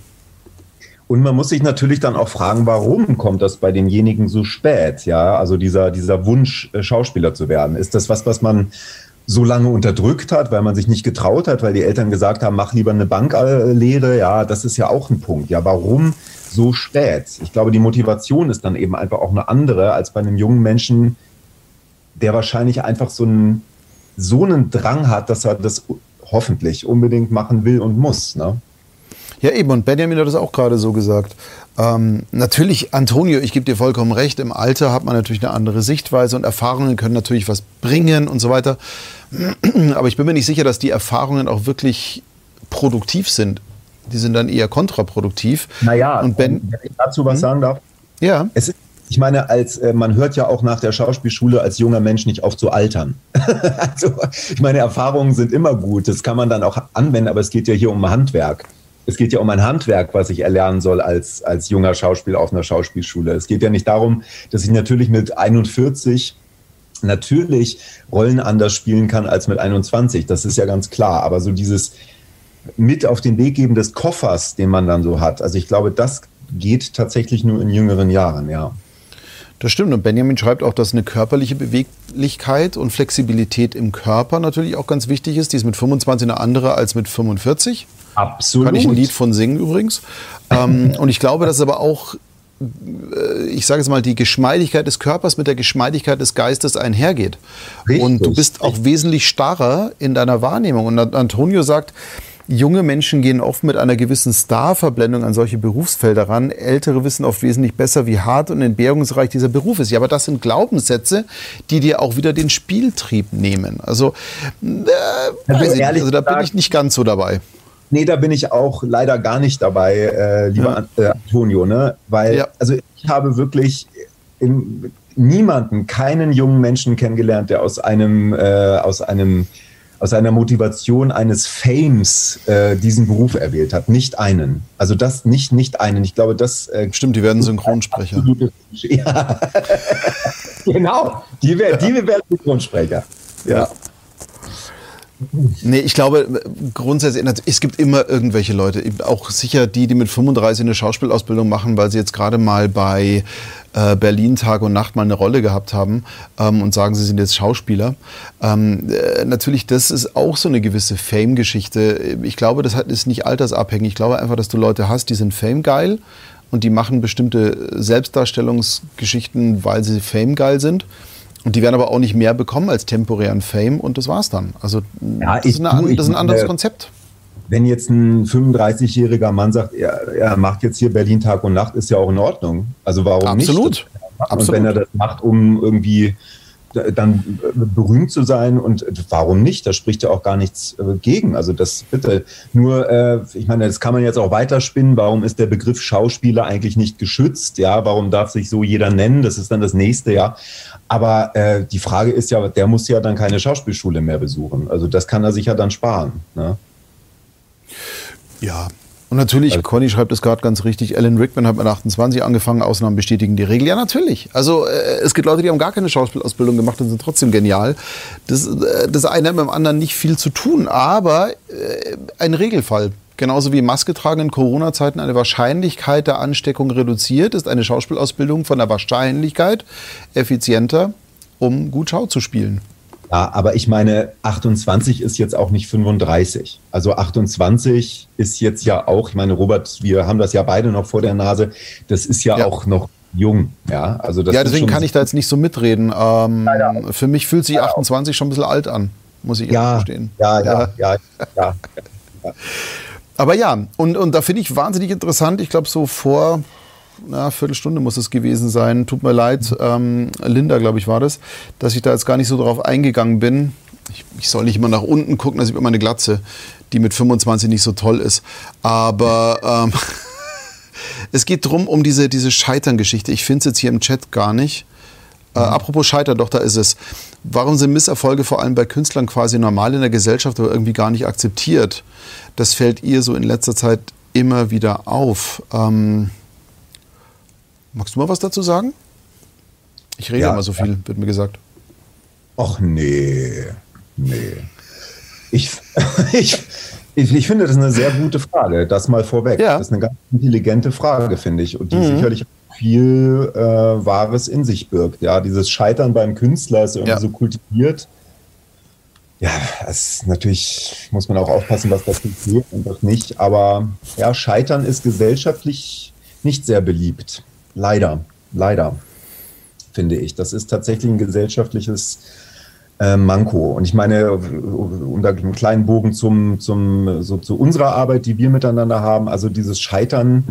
Und man muss sich natürlich dann auch fragen, warum kommt das bei demjenigen so spät? Ja, also dieser, dieser Wunsch, Schauspieler zu werden. Ist das was, was man so lange unterdrückt hat, weil man sich nicht getraut hat, weil die Eltern gesagt haben, mach lieber eine Banklehre? Ja, das ist ja auch ein Punkt. Ja, warum so spät? Ich glaube, die Motivation ist dann eben einfach auch eine andere als bei einem jungen Menschen, der wahrscheinlich einfach so einen, so einen Drang hat, dass er das hoffentlich unbedingt machen will und muss, ne?
Ja, eben. Und Benjamin hat das auch gerade so gesagt. Ähm, natürlich, Antonio, ich gebe dir vollkommen recht, im Alter hat man natürlich eine andere Sichtweise und Erfahrungen können natürlich was bringen und so weiter. Aber ich bin mir nicht sicher, dass die Erfahrungen auch wirklich produktiv sind. Die sind dann eher kontraproduktiv.
Naja, und Ben, wenn ich dazu was hm? sagen darf.
Ja.
Es ist Ich meine, als äh, man hört ja auch nach der Schauspielschule als junger Mensch nicht auf zu altern. Also, ich meine, Erfahrungen sind immer gut, das kann man dann auch anwenden, aber es geht ja hier um Handwerk. Es geht ja um ein Handwerk, was ich erlernen soll als, als junger Schauspieler auf einer Schauspielschule. Es geht ja nicht darum, dass ich natürlich mit einundvierzig natürlich Rollen anders spielen kann als mit einundzwanzig. Das ist ja ganz klar. Aber so dieses mit auf den Weg geben des Koffers, den man dann so hat, also ich glaube, das geht tatsächlich nur in jüngeren Jahren, ja.
Das stimmt. Und Benjamin schreibt auch, dass eine körperliche Beweglichkeit und Flexibilität im Körper natürlich auch ganz wichtig ist. Die ist mit fünfundzwanzig eine andere als mit fünfundvierzig.
Absolut.
Kann ich ein Lied von singen übrigens. ähm, und ich glaube, dass aber auch, äh, ich sage jetzt mal, die Geschmeidigkeit des Körpers mit der Geschmeidigkeit des Geistes einhergeht. Richtig, und du bist auch wesentlich starrer in deiner Wahrnehmung. Und Antonio sagt, junge Menschen gehen oft mit einer gewissen Starverblendung an solche Berufsfelder ran. Ältere wissen oft wesentlich besser, wie hart und entbehrungsreich dieser Beruf ist. Ja, aber das sind Glaubenssätze, die dir auch wieder den Spieltrieb nehmen. Also, äh, also, weiß ich, also da bin ich nicht ganz so dabei.
Nee, da bin ich auch leider gar nicht dabei, äh, lieber ja. äh, Antonio, ne? Weil, ja. also ich habe wirklich in, niemanden, keinen jungen Menschen kennengelernt, der aus einem, äh, aus einem, aus einer Motivation eines Fames äh, diesen Beruf erwählt hat. Nicht einen. Also das nicht, nicht einen. Ich glaube, das... Äh,
Stimmt, die werden Synchronsprecher.
Ja, genau. Die, wär, die werden Synchronsprecher. Ja. ja.
Nee, ich glaube grundsätzlich, es gibt immer irgendwelche Leute, auch sicher die, die mit fünfunddreißig eine Schauspielausbildung machen, weil sie jetzt gerade mal bei äh, Berlin Tag und Nacht mal eine Rolle gehabt haben ähm, und sagen, sie sind jetzt Schauspieler. Ähm, äh, natürlich, das ist auch so eine gewisse Fame-Geschichte. Ich glaube, das ist nicht altersabhängig. Ich glaube einfach, dass du Leute hast, die sind Fame-geil und die machen bestimmte Selbstdarstellungsgeschichten, weil sie Fame-geil sind. Und die werden aber auch nicht mehr bekommen als temporären Fame und das war's dann. Also
ja,
das, ist, eine, das ist ein anderes Konzept.
Wenn jetzt ein fünfunddreißigjähriger Mann sagt, er, er macht jetzt hier Berlin Tag und Nacht, ist ja auch in Ordnung. Also warum
Absolut.
nicht?
Absolut.
Und wenn er das macht, um irgendwie dann berühmt zu sein, und warum nicht? Da spricht ja auch gar nichts gegen. Also das bitte. Nur, äh, ich meine, das kann man jetzt auch weiterspinnen. Warum ist der Begriff Schauspieler eigentlich nicht geschützt? Ja, warum darf sich so jeder nennen? Das ist dann das nächste, ja. Aber äh, die Frage ist ja, der muss ja dann keine Schauspielschule mehr besuchen. Also das kann er sich ja dann sparen. Ne?
Ja, Und natürlich, also, Conny schreibt es gerade ganz richtig, Alan Rickman hat mit achtundzwanzig angefangen, Ausnahmen bestätigen die Regel. Ja, natürlich. Also äh, es gibt Leute, die haben gar keine Schauspielausbildung gemacht und sind trotzdem genial. Das, äh, das eine hat mit dem anderen nicht viel zu tun, aber äh, ein Regelfall. Genauso wie Maske tragen in Corona-Zeiten eine Wahrscheinlichkeit der Ansteckung reduziert, ist eine Schauspielausbildung von der Wahrscheinlichkeit effizienter, um gut Schau zu spielen.
Ja, aber ich meine, achtundzwanzig ist jetzt auch nicht fünfunddreißig. Also achtundzwanzig ist jetzt ja auch, ich meine, Robert, wir haben das ja beide noch vor der Nase, das ist ja, ja. auch noch jung. Ja, also das
ja deswegen kann ich da jetzt nicht so mitreden. Ähm, für mich fühlt sich achtundzwanzig schon ein bisschen alt an, muss ich
ja,
ehrlich gestehen.
Ja, ja, ja, ja, ja, ja.
Aber ja, und, und da finde ich wahnsinnig interessant, ich glaube so vor... Na, Viertelstunde muss es gewesen sein. Tut mir leid, ähm, Linda, glaube ich, war das, dass ich da jetzt gar nicht so drauf eingegangen bin. Ich, ich soll nicht immer nach unten gucken, das ist immer meine Glatze, die mit fünfundzwanzig nicht so toll ist. Aber ähm, es geht drum um diese, diese Scheitern-Geschichte. Ich finde es jetzt hier im Chat gar nicht. Äh, mhm. Apropos Scheitern, doch, da ist es. Warum sind Misserfolge vor allem bei Künstlern quasi normal in der Gesellschaft, aber irgendwie gar nicht akzeptiert? Das fällt ihr so in letzter Zeit immer wieder auf. Ähm, Magst du mal was dazu sagen? Ich rede ja, immer so viel, wird mir gesagt.
Ach nee, nee. Ich, ich, ich, ich finde, das ist eine sehr gute Frage, das mal vorweg. Ja. Das ist eine ganz intelligente Frage, finde ich. Und die mhm. sicherlich viel äh, Wahres in sich birgt. Ja, dieses Scheitern beim Künstler ist irgendwie ja. so kultiviert. Ja, es ist natürlich, muss man auch aufpassen, was das passiert und was nicht. Aber ja, Scheitern ist gesellschaftlich nicht sehr beliebt. Leider, leider, finde ich. Das ist tatsächlich ein gesellschaftliches äh, Manko. Und ich meine, unter einem kleinen Bogen zum, zum, so zu unserer Arbeit, die wir miteinander haben, also dieses Scheitern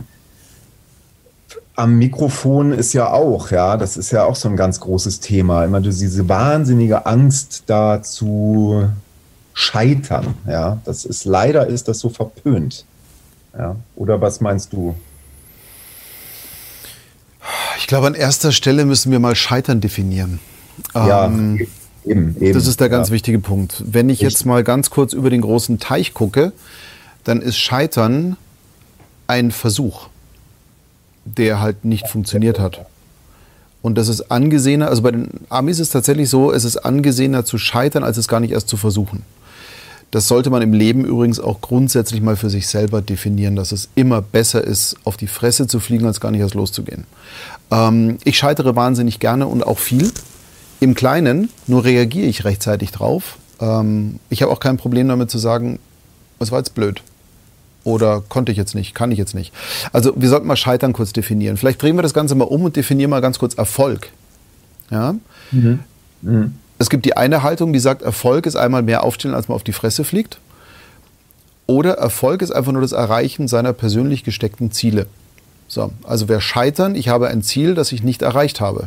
am Mikrofon ist ja auch, ja, das ist ja auch so ein ganz großes Thema. Immer diese wahnsinnige Angst, da zu scheitern, ja. Das ist, leider ist das so verpönt. Ja. Oder was meinst du?
Ich glaube, an erster Stelle müssen wir mal Scheitern definieren.
Ja, ähm, eben, eben.
Das ist der ganz
ja.
wichtige Punkt. Wenn ich jetzt mal ganz kurz über den großen Teich gucke, dann ist Scheitern ein Versuch, der halt nicht funktioniert hat. Und das ist angesehener, also bei den Amis ist es tatsächlich so, es ist angesehener zu scheitern, als es gar nicht erst zu versuchen. Das sollte man im Leben übrigens auch grundsätzlich mal für sich selber definieren, dass es immer besser ist, auf die Fresse zu fliegen, als gar nicht erst loszugehen. Ähm, ich scheitere wahnsinnig gerne und auch viel. Im Kleinen, nur reagiere ich rechtzeitig drauf. Ähm, ich habe auch kein Problem damit zu sagen, es war jetzt blöd. Oder konnte ich jetzt nicht, kann ich jetzt nicht. Also wir sollten mal Scheitern kurz definieren. Vielleicht drehen wir das Ganze mal um und definieren mal ganz kurz Erfolg. Ja? Mhm. Mhm. Es gibt die eine Haltung, die sagt, Erfolg ist einmal mehr aufstehen, als man auf die Fresse fliegt. Oder Erfolg ist einfach nur das Erreichen seiner persönlich gesteckten Ziele. So, also wer scheitern, ich habe ein Ziel, das ich nicht erreicht habe.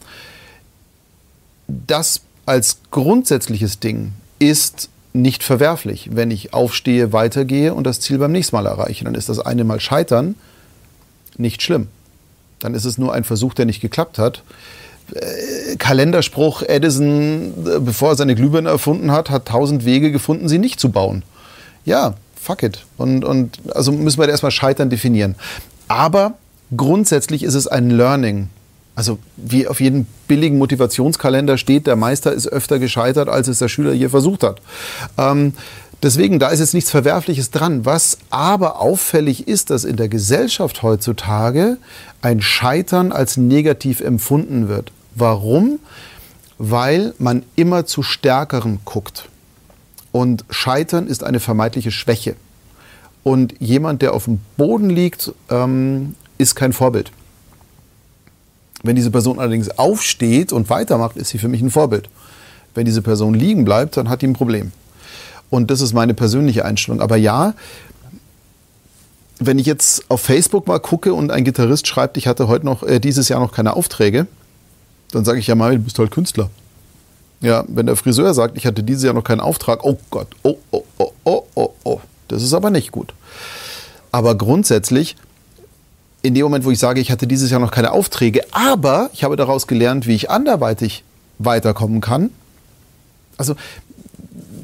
Das als grundsätzliches Ding ist nicht verwerflich. Wenn ich aufstehe, weitergehe und das Ziel beim nächsten Mal erreiche, dann ist das eine Mal Scheitern nicht schlimm. Dann ist es nur ein Versuch, der nicht geklappt hat. Äh, Kalenderspruch, Edison, bevor er seine Glühbirne erfunden hat, hat tausend Wege gefunden, sie nicht zu bauen. Ja, fuck it. Und, und also müssen wir erstmal Scheitern definieren. Aber grundsätzlich ist es ein Learning. Also wie auf jedem billigen Motivationskalender steht, der Meister ist öfter gescheitert, als es der Schüler je versucht hat. Ähm, deswegen, da ist jetzt nichts Verwerfliches dran. Was aber auffällig ist, dass in der Gesellschaft heutzutage ein Scheitern als negativ empfunden wird. Warum? Weil man immer zu Stärkeren guckt. Und Scheitern ist eine vermeintliche Schwäche. Und jemand, der auf dem Boden liegt, ähm, ist kein Vorbild. Wenn diese Person allerdings aufsteht und weitermacht, ist sie für mich ein Vorbild. Wenn diese Person liegen bleibt, dann hat die ein Problem. Und das ist meine persönliche Einstellung. Aber ja, wenn ich jetzt auf Facebook mal gucke und ein Gitarrist schreibt, ich hatte heute noch äh, dieses Jahr noch keine Aufträge, dann sage ich ja mal, du bist halt Künstler. Ja, wenn der Friseur sagt, ich hatte dieses Jahr noch keinen Auftrag, oh Gott, oh, oh, oh, oh, oh, oh, das ist aber nicht gut. Aber grundsätzlich, in dem Moment, wo ich sage, ich hatte dieses Jahr noch keine Aufträge, aber ich habe daraus gelernt, wie ich anderweitig weiterkommen kann. Also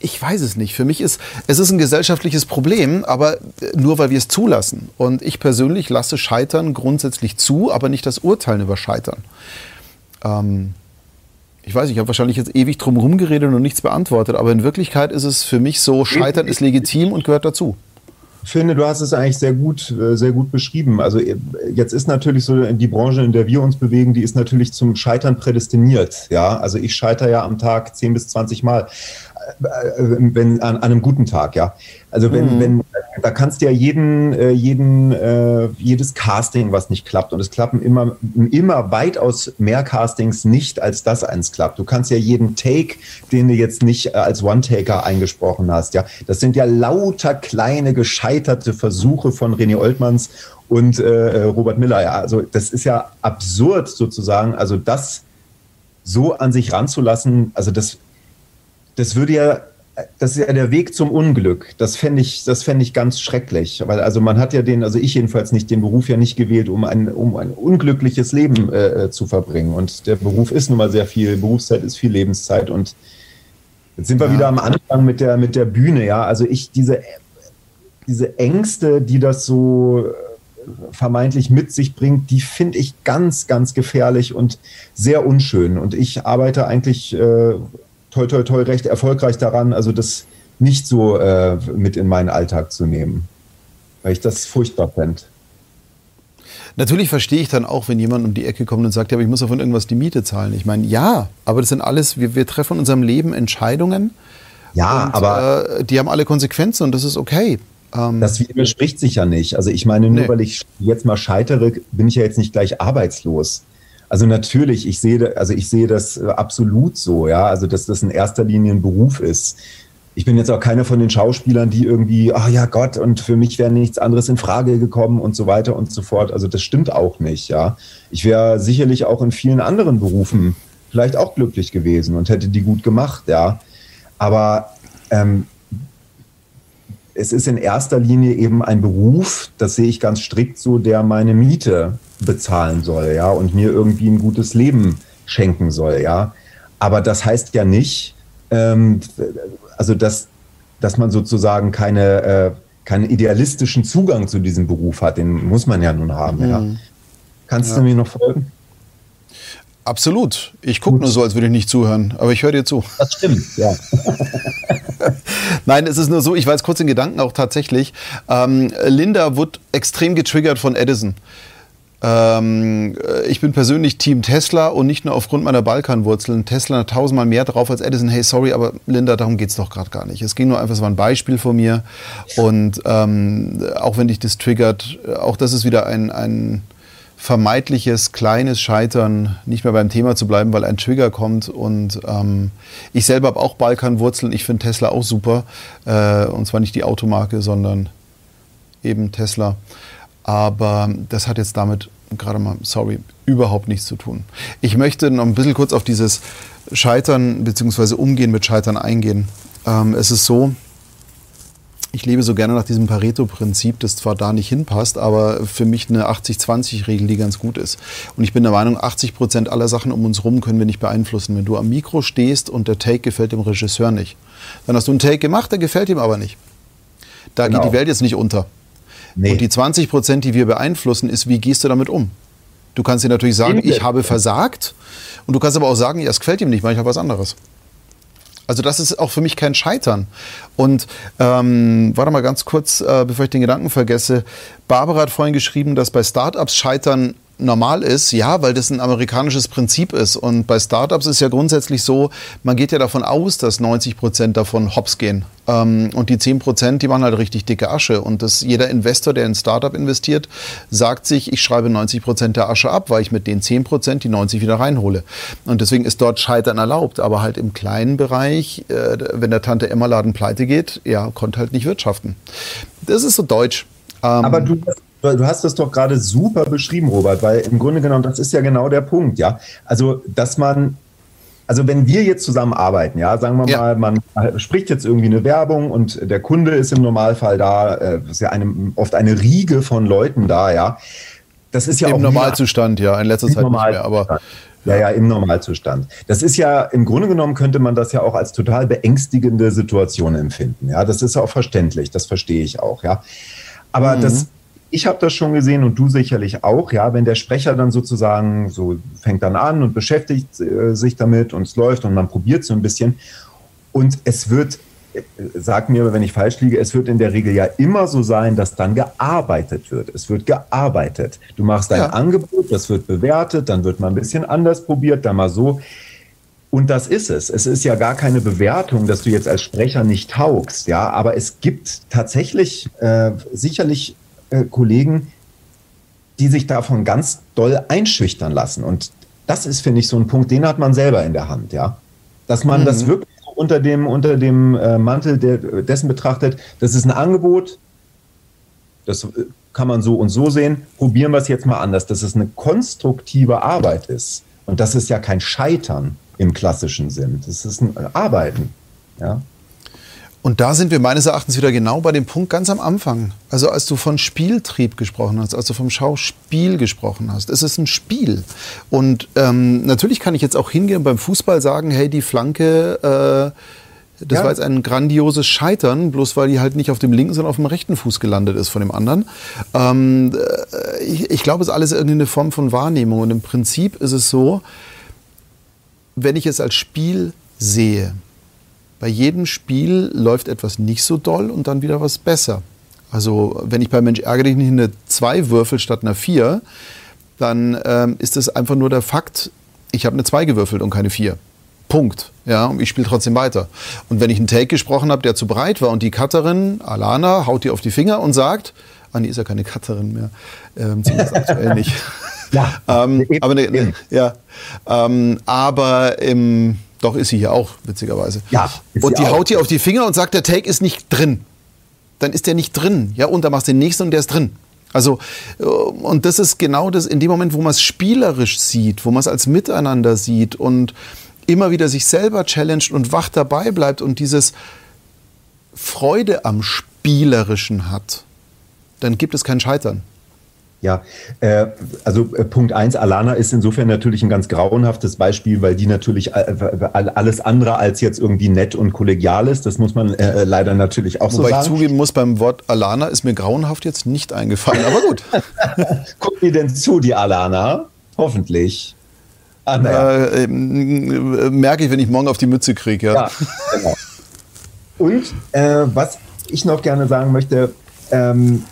ich weiß es nicht. Für mich ist es ist ein gesellschaftliches Problem, aber nur weil wir es zulassen. Und ich persönlich lasse Scheitern grundsätzlich zu, aber nicht das Urteilen über Scheitern. Ähm, ich weiß, ich habe wahrscheinlich jetzt ewig drum rumgeredet und nichts beantwortet, aber in Wirklichkeit ist es für mich so, Scheitern ist legitim und gehört dazu.
Ich finde, du hast es eigentlich sehr gut, sehr gut beschrieben. Also jetzt ist natürlich so die Branche, in der wir uns bewegen, die ist natürlich zum Scheitern prädestiniert. Ja, also ich scheitere ja am Tag zehn bis zwanzig Mal. Wenn, an, an einem guten Tag, ja. Also wenn, mhm. wenn, da kannst du ja jeden, jeden, äh, jedes Casting, was nicht klappt, und es klappen immer, immer weitaus mehr Castings nicht, als das eins klappt. Du kannst ja jeden Take, den du jetzt nicht als One-Taker eingesprochen hast, ja. Das sind ja lauter kleine, gescheiterte Versuche von René Oltmanns und äh, Robert Miller, ja. Also das ist ja absurd sozusagen, also das so an sich ranzulassen, also das Das würde ja, das ist ja der Weg zum Unglück. Das fände ich, das fände ich ganz schrecklich. Weil also man hat ja den, also ich jedenfalls nicht, den Beruf ja nicht gewählt, um ein, um ein unglückliches Leben äh, zu verbringen. Und der Beruf ist nun mal sehr viel, Berufszeit ist viel Lebenszeit. Und jetzt sind wir ja wieder am Anfang mit der, mit der Bühne, ja. Also ich, diese, diese Ängste, die das so vermeintlich mit sich bringt, die finde ich ganz, ganz gefährlich und sehr unschön. Und ich arbeite eigentlich äh, toi, toi, toi, recht erfolgreich daran, also das nicht so äh, mit in meinen Alltag zu nehmen, weil ich das furchtbar fände.
Natürlich verstehe ich dann auch, wenn jemand um die Ecke kommt und sagt, ja, aber ich muss ja von irgendwas die Miete zahlen. Ich meine, ja, aber das sind alles, wir, wir treffen in unserem Leben Entscheidungen.
Ja, und, aber
äh, die haben alle Konsequenzen und das ist okay.
Ähm, das widerspricht sich ja nicht. Also ich meine, nur nee. weil ich jetzt mal scheitere, bin ich ja jetzt nicht gleich arbeitslos. Also natürlich, ich sehe, also ich sehe das absolut so, ja, also dass das in erster Linie ein Beruf ist. Ich bin jetzt auch keiner von den Schauspielern, die irgendwie, ach ja Gott, und für mich wäre nichts anderes in Frage gekommen und so weiter und so fort. Also das stimmt auch nicht, ja. Ich wäre sicherlich auch in vielen anderen Berufen vielleicht auch glücklich gewesen und hätte die gut gemacht, ja. Aber ähm, es ist in erster Linie eben ein Beruf, das sehe ich ganz strikt so, der meine Miete bezahlen soll, ja, und mir irgendwie ein gutes Leben schenken soll, ja. Aber das heißt ja nicht, ähm, also dass, dass man sozusagen keine, äh, keinen idealistischen Zugang zu diesem Beruf hat, den muss man ja nun haben, mhm. ja. Kannst ja. du mir noch folgen?
Absolut. Ich gucke nur so, als würde ich nicht zuhören, aber ich höre dir zu.
Das stimmt, ja.
Nein, es ist nur so, ich weiß kurz den Gedanken auch tatsächlich, ähm, Linda wurde extrem getriggert von Edison. Ähm, ich bin persönlich Team Tesla und nicht nur aufgrund meiner Balkanwurzeln. Tesla hat tausendmal mehr drauf als Edison. Hey, sorry, aber Linda, darum geht es doch gerade gar nicht. Es ging nur einfach, es war ein Beispiel von mir. Und ähm, auch wenn dich das triggert, auch das ist wieder ein, ein vermeintliches, kleines Scheitern, nicht mehr beim Thema zu bleiben, weil ein Trigger kommt. Und ähm, ich selber habe auch Balkanwurzeln. Ich finde Tesla auch super. Äh, und zwar nicht die Automarke, sondern eben Tesla. Aber das hat jetzt damit gerade mal, sorry, überhaupt nichts zu tun. Ich möchte noch ein bisschen kurz auf dieses Scheitern bzw. Umgehen mit Scheitern eingehen. Ähm, es ist so, ich lebe so gerne nach diesem Pareto-Prinzip, das zwar da nicht hinpasst, aber für mich eine achtzig zwanzig Regel, die ganz gut ist. Und ich bin der Meinung, achtzig Prozent aller Sachen um uns rum können wir nicht beeinflussen. Wenn du am Mikro stehst und der Take gefällt dem Regisseur nicht, dann hast du einen Take gemacht, der gefällt ihm aber nicht. Da genau. geht die Welt jetzt nicht unter. Nee. Und die zwanzig Prozent, die wir beeinflussen, ist, wie gehst du damit um? Du kannst dir natürlich sagen, ich habe versagt. Und du kannst aber auch sagen, ja, es gefällt ihm nicht, mache ich halt was anderes. Also das ist auch für mich kein Scheitern. Und ähm, warte mal ganz kurz, äh, bevor ich den Gedanken vergesse. Barbara hat vorhin geschrieben, dass bei Startups Scheitern normal ist, ja, weil das ein amerikanisches Prinzip ist. Und bei Startups ist ja grundsätzlich so, man geht ja davon aus, dass neunzig Prozent davon hops gehen. Ähm, und die zehn Prozent, die machen halt richtig dicke Asche. Und das, jeder Investor, der in ein Startup investiert, sagt sich, ich schreibe neunzig Prozent der Asche ab, weil ich mit den zehn Prozent die neunzig wieder reinhole. Und deswegen ist dort Scheitern erlaubt. Aber halt im kleinen Bereich, äh, wenn der Tante-Emma-Laden pleite geht, ja, konnte halt nicht wirtschaften. Das ist so deutsch. Ähm,
Aber du Du hast das doch gerade super beschrieben, Robert, weil im Grunde genommen, das ist ja genau der Punkt, ja. Also, dass man, also wenn wir jetzt zusammen arbeiten, ja, sagen wir ja. mal, man spricht jetzt irgendwie eine Werbung und der Kunde ist im Normalfall da, äh, ist ja eine, oft eine Riege von Leuten da, ja. Das ist ja
Im
auch
Normalzustand, ja, in letzter Zeit nicht mehr, aber
Ja, ja, im Normalzustand. Das ist ja, im Grunde genommen könnte man das ja auch als total beängstigende Situation empfinden. Ja, das ist auch verständlich, das verstehe ich auch, ja. Aber mhm. das, ich habe das schon gesehen und du sicherlich auch, ja, wenn der Sprecher dann sozusagen so fängt dann an und beschäftigt äh, sich damit und es läuft und man probiert so ein bisschen und es wird, sag mir, wenn ich falsch liege, es wird in der Regel ja immer so sein, dass dann gearbeitet wird. Es wird gearbeitet. Du machst ein ja. Angebot, das wird bewertet, dann wird mal ein bisschen anders probiert, dann mal so. Und das ist es. Es ist ja gar keine Bewertung, dass du jetzt als Sprecher nicht taugst, ja, aber es gibt tatsächlich äh, sicherlich äh, Kollegen, die sich davon ganz doll einschüchtern lassen. Und das ist, finde ich, so ein Punkt, den hat man selber in der Hand, ja. Dass man mhm. das wirklich unter dem, unter dem äh, Mantel der, dessen betrachtet, das ist ein Angebot, das kann man so und so sehen, probieren wir es jetzt mal anders, dass es eine konstruktive Arbeit ist. Und das ist ja kein Scheitern im klassischen Sinn, das ist ein Arbeiten. Ja.
Und da sind wir meines Erachtens wieder genau bei dem Punkt ganz am Anfang. Also als du von Spieltrieb gesprochen hast, als du vom Schauspiel gesprochen hast. Es ist ein Spiel. Und ähm, natürlich kann ich jetzt auch hingehen und beim Fußball sagen, hey, die Flanke, äh, das ja. war jetzt ein grandioses Scheitern, bloß weil die halt nicht auf dem linken, sondern auf dem rechten Fuß gelandet ist von dem anderen. Ähm, ich, ich glaube, es ist alles irgendwie eine Form von Wahrnehmung. Und im Prinzip ist es so, wenn ich es als Spiel sehe, bei jedem Spiel läuft etwas nicht so doll und dann wieder was besser. Also wenn ich bei Mensch ärgere dich nicht eine zwei würfel statt einer vier, dann ähm, ist das einfach nur der Fakt, ich habe eine zwei gewürfelt und keine vier. Punkt. Ja, und ich spiele trotzdem weiter. Und wenn ich einen Take gesprochen habe, der zu breit war und die Cutterin, Alana, haut dir auf die Finger und sagt, ah nee, ist ja keine Cutterin mehr, ähm, zumindest aktuell nicht. Ja, ähm, aber, ne, ja, ähm, aber im... Doch, ist sie hier auch, witzigerweise.
Ja,
und die
auch.
haut dir auf die Finger und sagt, der Take ist nicht drin. Dann ist der nicht drin. Ja, und dann machst du den nächsten und der ist drin. Also, und das ist genau das, in dem Moment, wo man es spielerisch sieht, wo man es als Miteinander sieht und immer wieder sich selber challenged und wach dabei bleibt und dieses Freude am Spielerischen hat, dann gibt es kein Scheitern.
Ja, äh, also äh, Punkt eins, Alana ist insofern natürlich ein ganz grauenhaftes Beispiel, weil die natürlich äh, alles andere als jetzt irgendwie nett und kollegial ist. Das muss man äh, leider natürlich auch
Wobei
so sagen.
Wobei ich zugeben muss, beim Wort Alana ist mir grauenhaft jetzt nicht eingefallen, aber gut.
Guckt ihr denn zu, die Alana? Hoffentlich.
Ah, naja. äh, äh, merke ich, wenn ich morgen auf die Mütze kriege. Ja. Ja, genau.
Und äh, was ich noch gerne sagen möchte, ähm,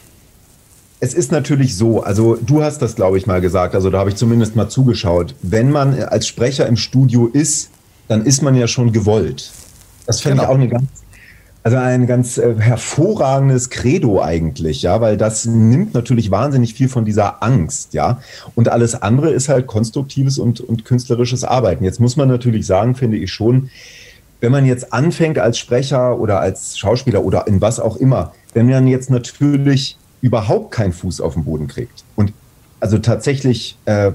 es ist natürlich so, also du hast das, glaube ich, mal gesagt, also da habe ich zumindest mal zugeschaut. Wenn man als Sprecher im Studio ist, dann ist man ja schon gewollt. Das finde genau. ich auch eine ganz, also ein ganz äh, hervorragendes Credo eigentlich, ja, weil das nimmt natürlich wahnsinnig viel von dieser Angst, ja. Und alles andere ist halt konstruktives und, und künstlerisches Arbeiten. Jetzt muss man natürlich sagen, finde ich schon, wenn man jetzt anfängt als Sprecher oder als Schauspieler oder in was auch immer, wenn man jetzt natürlich überhaupt keinen Fuß auf den Boden kriegt und also tatsächlich äh,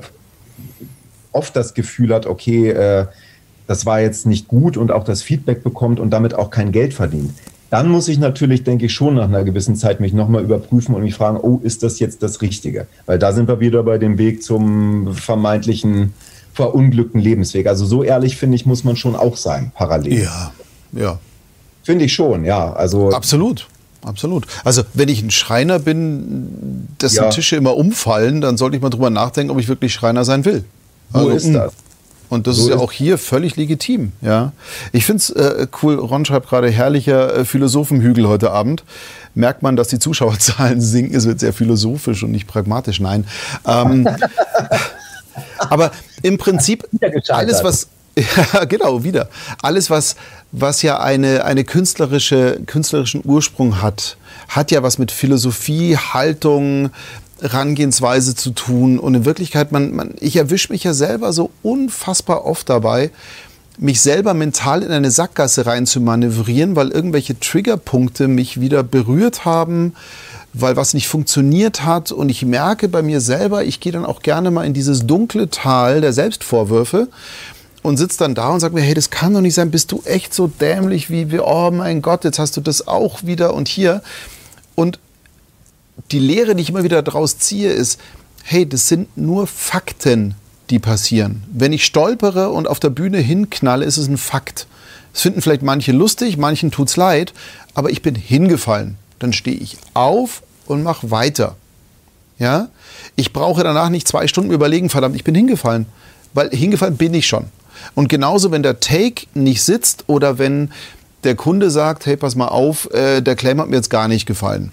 oft das Gefühl hat, okay, äh, das war jetzt nicht gut und auch das Feedback bekommt und damit auch kein Geld verdient, dann muss ich natürlich, denke ich, schon nach einer gewissen Zeit mich nochmal überprüfen und mich fragen, oh, ist das jetzt das Richtige? Weil da sind wir wieder bei dem Weg zum vermeintlichen verunglückten Lebensweg. Also so ehrlich, finde ich, muss man schon auch sein, parallel.
Ja, ja.
Finde ich schon, ja. Also
absolut. Absolut. Also wenn ich ein Schreiner bin, dessen ja. Tische immer umfallen, dann sollte ich mal drüber nachdenken, ob ich wirklich Schreiner sein will.
Also, wo ist das?
Und das so ist ja auch hier völlig legitim. Ja. Ich finde es äh, cool, Ron schreibt gerade, herrlicher äh, Philosophenhügel heute Abend. Merkt man, dass die Zuschauerzahlen sinken, es wird sehr philosophisch und nicht pragmatisch. Nein. Ähm, aber im Prinzip alles, was... Ja, genau, wieder. Alles, was, was ja eine, eine künstlerische, künstlerischen Ursprung hat, hat ja was mit Philosophie, Haltung, Herangehensweise zu tun. Und in Wirklichkeit, man, man, ich erwische mich ja selber so unfassbar oft dabei, mich selber mental in eine Sackgasse rein zu manövrieren, weil irgendwelche Triggerpunkte mich wieder berührt haben, weil was nicht funktioniert hat. Und ich merke bei mir selber, ich gehe dann auch gerne mal in dieses dunkle Tal der Selbstvorwürfe und sitzt dann da und sagt mir, hey, das kann doch nicht sein, bist du echt so dämlich wie wir, oh mein Gott, jetzt hast du das auch wieder und hier. Und die Lehre, die ich immer wieder daraus ziehe, ist, hey, das sind nur Fakten. die passieren. Wenn ich stolpere und auf der Bühne hinknalle, ist es ein Fakt. Das finden vielleicht manche lustig, manchen tut's leid, aber ich bin hingefallen. Dann stehe ich auf und mache weiter. Ja? Ich brauche danach nicht zwei Stunden überlegen, verdammt, ich bin hingefallen. Weil hingefallen bin ich schon. Und genauso, wenn der Take nicht sitzt oder wenn der Kunde sagt, hey, pass mal auf, äh, der Claim hat mir jetzt gar nicht gefallen.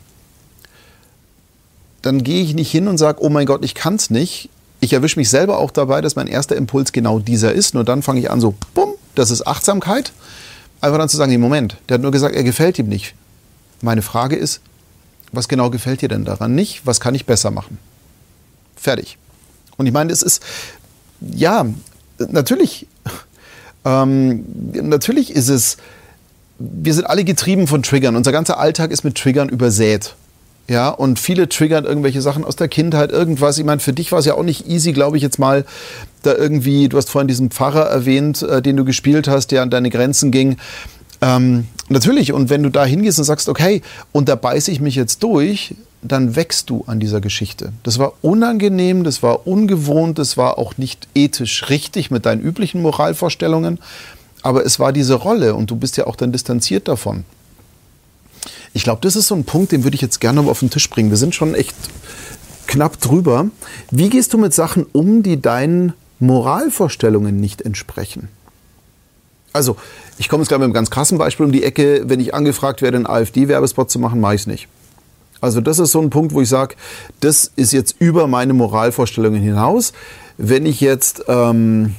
Dann gehe ich nicht hin und sage, oh mein Gott, ich kann es nicht. Ich erwische mich selber auch dabei, dass mein erster Impuls genau dieser ist. Nur dann fange ich an so, bumm, das ist Achtsamkeit. Einfach dann zu sagen, nee, Moment, der hat nur gesagt, er gefällt ihm nicht. Meine Frage ist, was genau gefällt dir denn daran nicht? Was kann ich besser machen? Fertig. Und ich meine, es ist, ja, natürlich, ähm, natürlich ist es, wir sind alle getrieben von Triggern. Unser ganzer Alltag ist mit Triggern übersät. Ja, und viele triggern irgendwelche Sachen aus der Kindheit, irgendwas. Ich meine, für dich war es ja auch nicht easy, glaube ich jetzt mal, da irgendwie, du hast vorhin diesen Pfarrer erwähnt, äh, den du gespielt hast, der an deine Grenzen ging. Ähm, natürlich, und wenn du da hingehst und sagst, okay, und da beiße ich mich jetzt durch, dann wächst du an dieser Geschichte. Das war unangenehm, das war ungewohnt, das war auch nicht ethisch richtig mit deinen üblichen Moralvorstellungen, aber es war diese Rolle und du bist ja auch dann distanziert davon. Ich glaube, das ist so ein Punkt, den würde ich jetzt gerne auf den Tisch bringen. Wir sind schon echt knapp drüber. Wie gehst du mit Sachen um, die deinen Moralvorstellungen nicht entsprechen? Also, ich komme jetzt gleich mit einem ganz krassen Beispiel um die Ecke. Wenn ich angefragt werde, einen AfD-Werbespot zu machen, mache ich es nicht. Also das ist so ein Punkt, wo ich sage, das ist jetzt über meine Moralvorstellungen hinaus. Wenn ich jetzt ähm,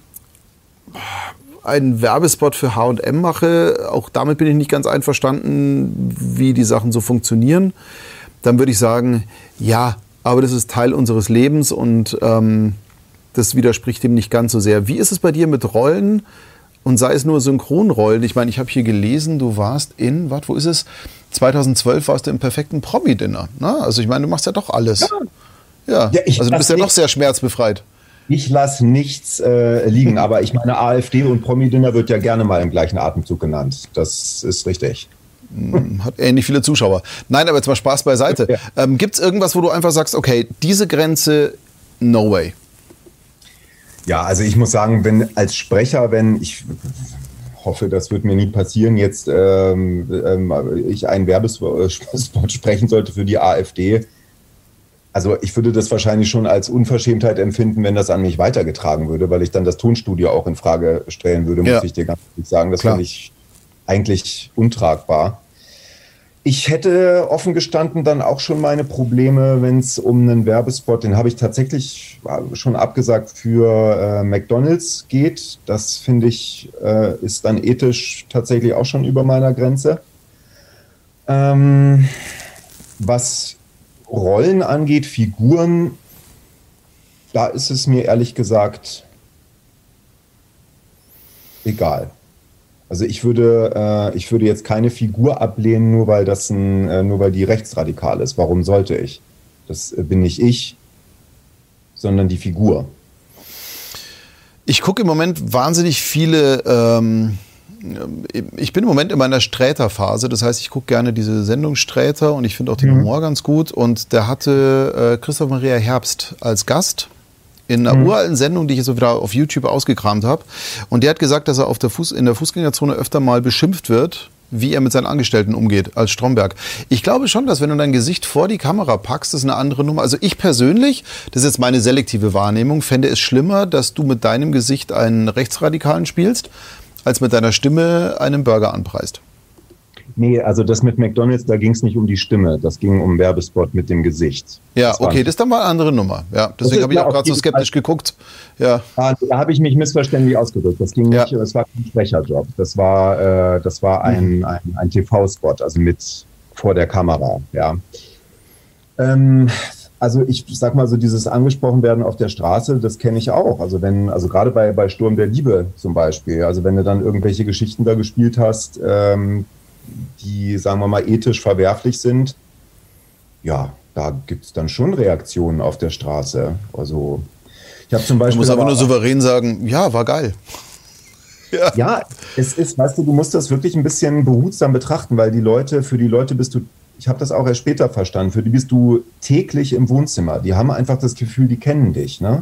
einen Werbespot für H und M mache, auch damit bin ich nicht ganz einverstanden, wie die Sachen so funktionieren, dann würde ich sagen, ja, aber das ist Teil unseres Lebens und ähm, das widerspricht dem nicht ganz so sehr. Wie ist es bei dir mit Rollen und sei es nur Synchronrollen? Ich meine, ich habe hier gelesen, du warst in, warte, wo ist es? zweitausendzwölf warst du im perfekten Promi-Dinner. Ne? Also ich meine, du machst ja doch alles. Ja, ja. ja also du bist ja doch sehr schmerzbefreit.
Ich lasse nichts äh, liegen, aber ich meine, AfD und Promi-Dinner wird ja gerne mal im gleichen Atemzug genannt. Das ist richtig.
Hat ähnlich viele Zuschauer. Nein, aber jetzt mal Spaß beiseite. Ja. Ähm, gibt es irgendwas, wo du einfach sagst, okay, diese Grenze, no way?
Ja, also ich muss sagen, wenn als Sprecher, wenn ich hoffe, das wird mir nie passieren, jetzt ähm, ähm, ich einen Werbespot sprechen sollte für die AfD. Also ich würde das wahrscheinlich schon als Unverschämtheit empfinden, wenn das an mich weitergetragen würde, weil ich dann das Tonstudio auch in Frage stellen würde, muss ja. ich dir ganz ehrlich sagen. Das finde ich eigentlich untragbar. Ich hätte offen gestanden dann auch schon meine Probleme, wenn es um einen Werbespot, den habe ich tatsächlich schon abgesagt, für äh, McDonald's geht. Das finde ich, äh, ist dann ethisch tatsächlich auch schon über meiner Grenze. Ähm, was Rollen angeht, Figuren, da ist es mir ehrlich gesagt egal. Also ich würde, äh, ich würde jetzt keine Figur ablehnen, nur weil das ein, äh, nur weil die rechtsradikal ist. Warum sollte ich? Das äh, bin nicht ich, sondern die Figur.
Ich gucke im Moment wahnsinnig viele. Ähm Ich bin im Moment in meiner Sträter-Phase, das heißt, ich gucke gerne diese Sendung Sträter und ich finde auch den mhm. Humor ganz gut. Und der hatte äh, Christoph Maria Herbst als Gast in einer mhm. uralten Sendung, die ich jetzt wieder auf YouTube ausgekramt habe. Und der hat gesagt, dass er auf der Fuß, in der Fußgängerzone öfter mal beschimpft wird, wie er mit seinen Angestellten umgeht, als Stromberg. Ich glaube schon, dass wenn du dein Gesicht vor die Kamera packst, das ist eine andere Nummer. Also ich persönlich, das ist jetzt meine selektive Wahrnehmung, fände es schlimmer, dass du mit deinem Gesicht einen Rechtsradikalen spielst, als mit deiner Stimme einen Burger anpreist.
Nee, also das mit McDonald's, da ging es nicht um die Stimme, das ging um Werbespot mit dem Gesicht.
Ja,
das
okay, das ist dann mal eine andere Nummer. Ja, deswegen habe ich auch gerade so skeptisch Fall geguckt. Ja.
Ah, da habe ich mich missverständlich ausgedrückt. Das ging nicht, ja. Das war kein Sprecherjob. Das war, äh, das war ein, ein, ein T V-Spot, also mit vor der Kamera. Ja. Ähm, Also ich sag mal so, dieses angesprochen werden auf der Straße, das kenne ich auch. Also wenn, also gerade bei, bei Sturm der Liebe zum Beispiel, also wenn du dann irgendwelche Geschichten da gespielt hast, ähm, die, sagen wir mal, ethisch verwerflich sind, ja, da gibt es dann schon Reaktionen auf der Straße. Also ich habe zum Beispiel...
Du musst aber nur souverän sagen, ja, war geil.
Ja. ja, es ist, weißt du, du musst das wirklich ein bisschen behutsam betrachten, weil die Leute, für die Leute bist du, ich habe das auch erst später verstanden, für die bist du täglich im Wohnzimmer. Die haben einfach das Gefühl, die kennen dich, ne?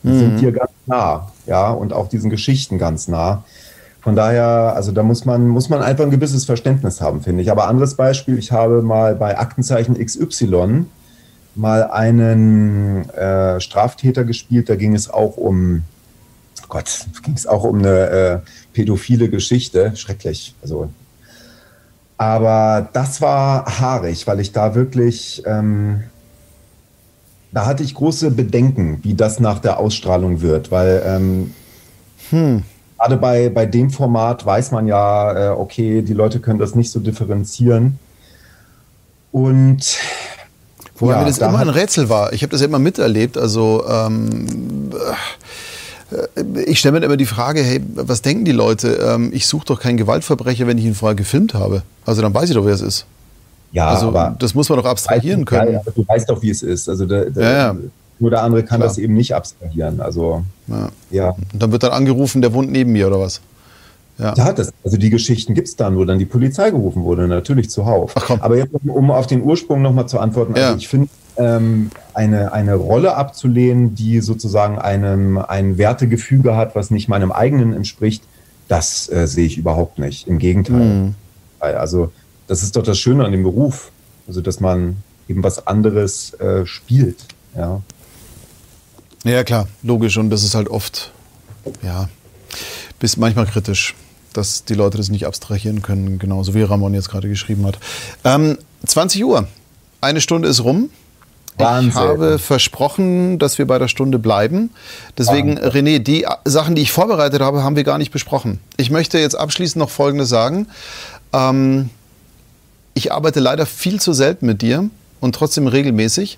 Die mhm. sind dir ganz nah, ja, und auch diesen Geschichten ganz nah. Von daher, also da muss man, muss man einfach ein gewisses Verständnis haben, finde ich. Aber anderes Beispiel, ich habe mal bei Aktenzeichen X Y mal einen äh, Straftäter gespielt, da ging es auch um, Gott, ging es auch um eine äh, pädophile Geschichte, schrecklich, also. Aber das war haarig, weil ich da wirklich, ähm, da hatte ich große Bedenken, wie das nach der Ausstrahlung wird, weil ähm, hm. gerade bei, bei dem Format weiß man ja, äh, okay, die Leute können das nicht so differenzieren. Und
wobei ja, mir das da immer ein Rätsel war. Ich habe das ja immer miterlebt. Also ähm, ich stelle mir immer die Frage, hey, was denken die Leute? Ähm, ich suche doch keinen Gewaltverbrecher, wenn ich ihn vorher gefilmt habe. Also dann weiß ich doch, wer es ist.
Ja,
also
aber
das muss man doch abstrahieren können.
Ja, du weißt doch, wie es ist. Also der, der,
ja, ja.
nur der andere kann Klar. das eben nicht abstrahieren. Also
ja. ja. Und dann wird dann angerufen, der wohnt neben mir oder was?
Ja, ja das, also die Geschichten gibt es dann, wo dann die Polizei gerufen wurde, natürlich zuhauf. Ach, komm. Aber jetzt, um, um auf den Ursprung nochmal zu antworten, also ja. ich finde, ähm, eine, eine Rolle abzulehnen, die sozusagen einem, ein Wertegefüge hat, was nicht meinem eigenen entspricht, das äh, sehe ich überhaupt nicht. Im Gegenteil. Mhm. Also das ist doch das Schöne an dem Beruf, also dass man eben was anderes äh, spielt. Ja.
Ja, klar, logisch. Und das ist halt oft, ja, bis manchmal kritisch, dass die Leute das nicht abstrahieren können, genauso wie Ramon jetzt gerade geschrieben hat. Ähm, zwanzig Uhr, eine Stunde ist rum. Wahnsinn. Ich habe versprochen, dass wir bei der Stunde bleiben. Deswegen, Wahnsinn. René, die Sachen, die ich vorbereitet habe, haben wir gar nicht besprochen. Ich möchte jetzt abschließend noch Folgendes sagen. Ähm, ich arbeite leider viel zu selten mit dir und trotzdem regelmäßig.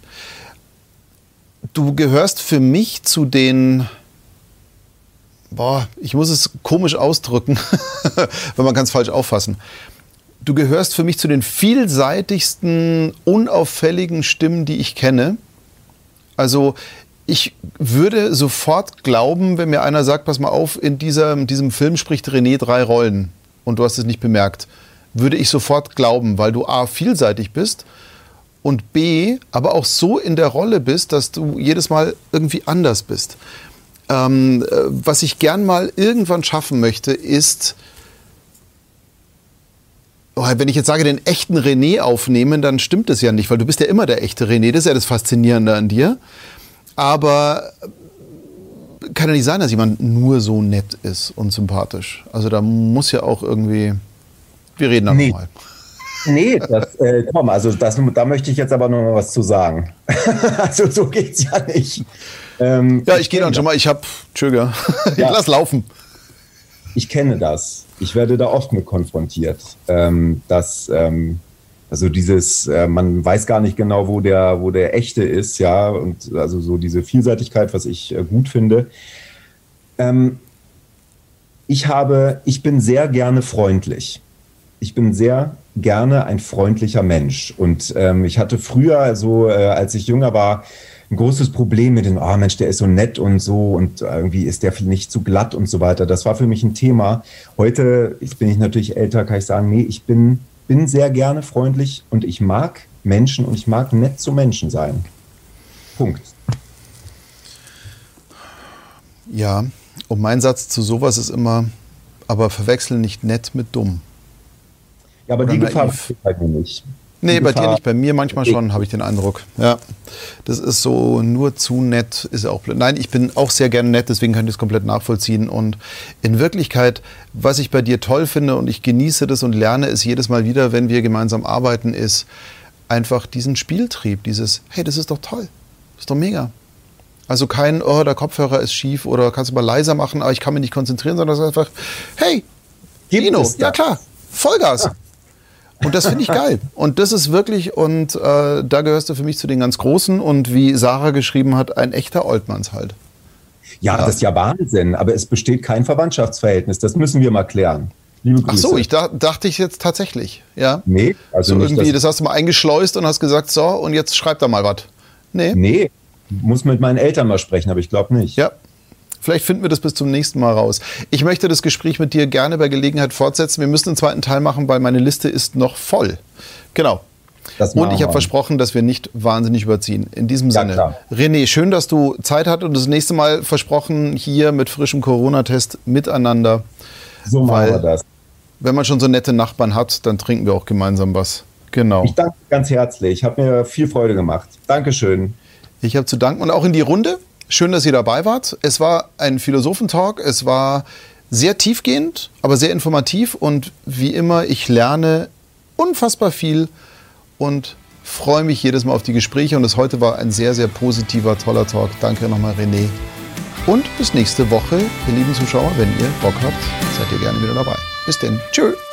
Du gehörst für mich zu den, boah, ich muss es komisch ausdrücken, weil man kann es falsch auffassen. Du gehörst für mich zu den vielseitigsten, unauffälligen Stimmen, die ich kenne. Also ich würde sofort glauben, wenn mir einer sagt, pass mal auf, in, dieser, in diesem Film spricht René drei Rollen und du hast es nicht bemerkt, würde ich sofort glauben, weil du A, vielseitig bist und B, aber auch so in der Rolle bist, dass du jedes Mal irgendwie anders bist. Ähm, was ich gern mal irgendwann schaffen möchte, ist, oh, wenn ich jetzt sage, den echten René aufnehmen, dann stimmt das ja nicht, weil du bist ja immer der echte René, das ist ja das Faszinierende an dir. Aber kann ja nicht sein, dass jemand nur so nett ist und sympathisch. Also da muss ja auch irgendwie, wir reden dann
nee.
nochmal.
Nee, das, äh, komm, also das, da möchte ich jetzt aber noch mal was zu sagen. Also so geht's ja nicht. Ähm,
ja, ich, ich gehe dann schon mal, ich hab, Entschuldigung, ich ja. lass laufen.
Ich kenne das. Ich werde da oft mit konfrontiert, ähm, dass ähm, also dieses, äh, man weiß gar nicht genau, wo der, wo der Echte ist, ja, und also so diese Vielseitigkeit, was ich äh, gut finde. Ähm, ich habe, ich bin sehr gerne freundlich. Ich bin sehr gerne ein freundlicher Mensch. Und ähm, ich hatte früher, so äh, als ich jünger war, ein großes Problem mit dem, oh Mensch, der ist so nett und so und irgendwie ist der nicht zu glatt und so weiter. Das war für mich ein Thema. Heute, jetzt bin ich natürlich älter, kann ich sagen, nee, ich bin, bin sehr gerne freundlich und ich mag Menschen und ich mag nett zu Menschen sein. Punkt.
Ja, und mein Satz zu sowas ist immer, aber verwechseln nicht nett mit dumm.
Ja, aber Oder die Gefahr besteht bei mir nicht.
Nee, bei dir nicht, bei mir manchmal schon, habe ich den Eindruck. Ja, das ist so nur zu nett, ist ja auch blöd. Nein, ich bin auch sehr gerne nett, deswegen kann ich das komplett nachvollziehen. Und in Wirklichkeit, was ich bei dir toll finde und ich genieße das und lerne es jedes Mal wieder, wenn wir gemeinsam arbeiten, ist einfach diesen Spieltrieb, dieses, hey, das ist doch toll, das ist doch mega. Also kein, oh, der Kopfhörer ist schief oder kannst du mal leiser machen, aber ich kann mich nicht konzentrieren, sondern es ist einfach, hey, Dino, ja klar, Vollgas. Ja. Und das finde ich geil. Und das ist wirklich, und äh, da gehörst du für mich zu den ganz Großen und wie Sarah geschrieben hat, ein echter Oltmanns halt.
Ja, ja, das ist ja Wahnsinn, aber es besteht kein Verwandtschaftsverhältnis, das müssen wir mal klären. Liebe Grüße.
Ach so, ich da, dachte ich jetzt tatsächlich, ja.
Nee, also
so
nicht,
irgendwie, das hast du mal eingeschleust und hast gesagt, so, und jetzt schreib da mal was. Nee.
Nee, muss mit meinen Eltern mal sprechen, aber ich glaube nicht.
Ja. Vielleicht finden wir das bis zum nächsten Mal raus. Ich möchte das Gespräch mit dir gerne bei Gelegenheit fortsetzen. Wir müssen einen zweiten Teil machen, weil meine Liste ist noch voll. Genau. Und ich habe versprochen, dass wir nicht wahnsinnig überziehen. In diesem ja, Sinne, klar. René, schön, dass du Zeit hattest und das nächste Mal versprochen, hier mit frischem Corona-Test miteinander.
So machen wir das.
Wenn man schon so nette Nachbarn hat, dann trinken wir auch gemeinsam was. Genau.
Ich danke ganz herzlich. Hat mir viel Freude gemacht. Dankeschön.
Ich habe zu danken. Und auch in die Runde. Schön, dass ihr dabei wart. Es war ein Philosophentalk. Es war sehr tiefgehend, aber sehr informativ. Und wie immer, ich lerne unfassbar viel und freue mich jedes Mal auf die Gespräche. Und das heute war ein sehr, sehr positiver, toller Talk. Danke nochmal, René. Und bis nächste Woche, ihr lieben Zuschauer. Wenn ihr Bock habt, seid ihr gerne wieder dabei. Bis denn. Tschö.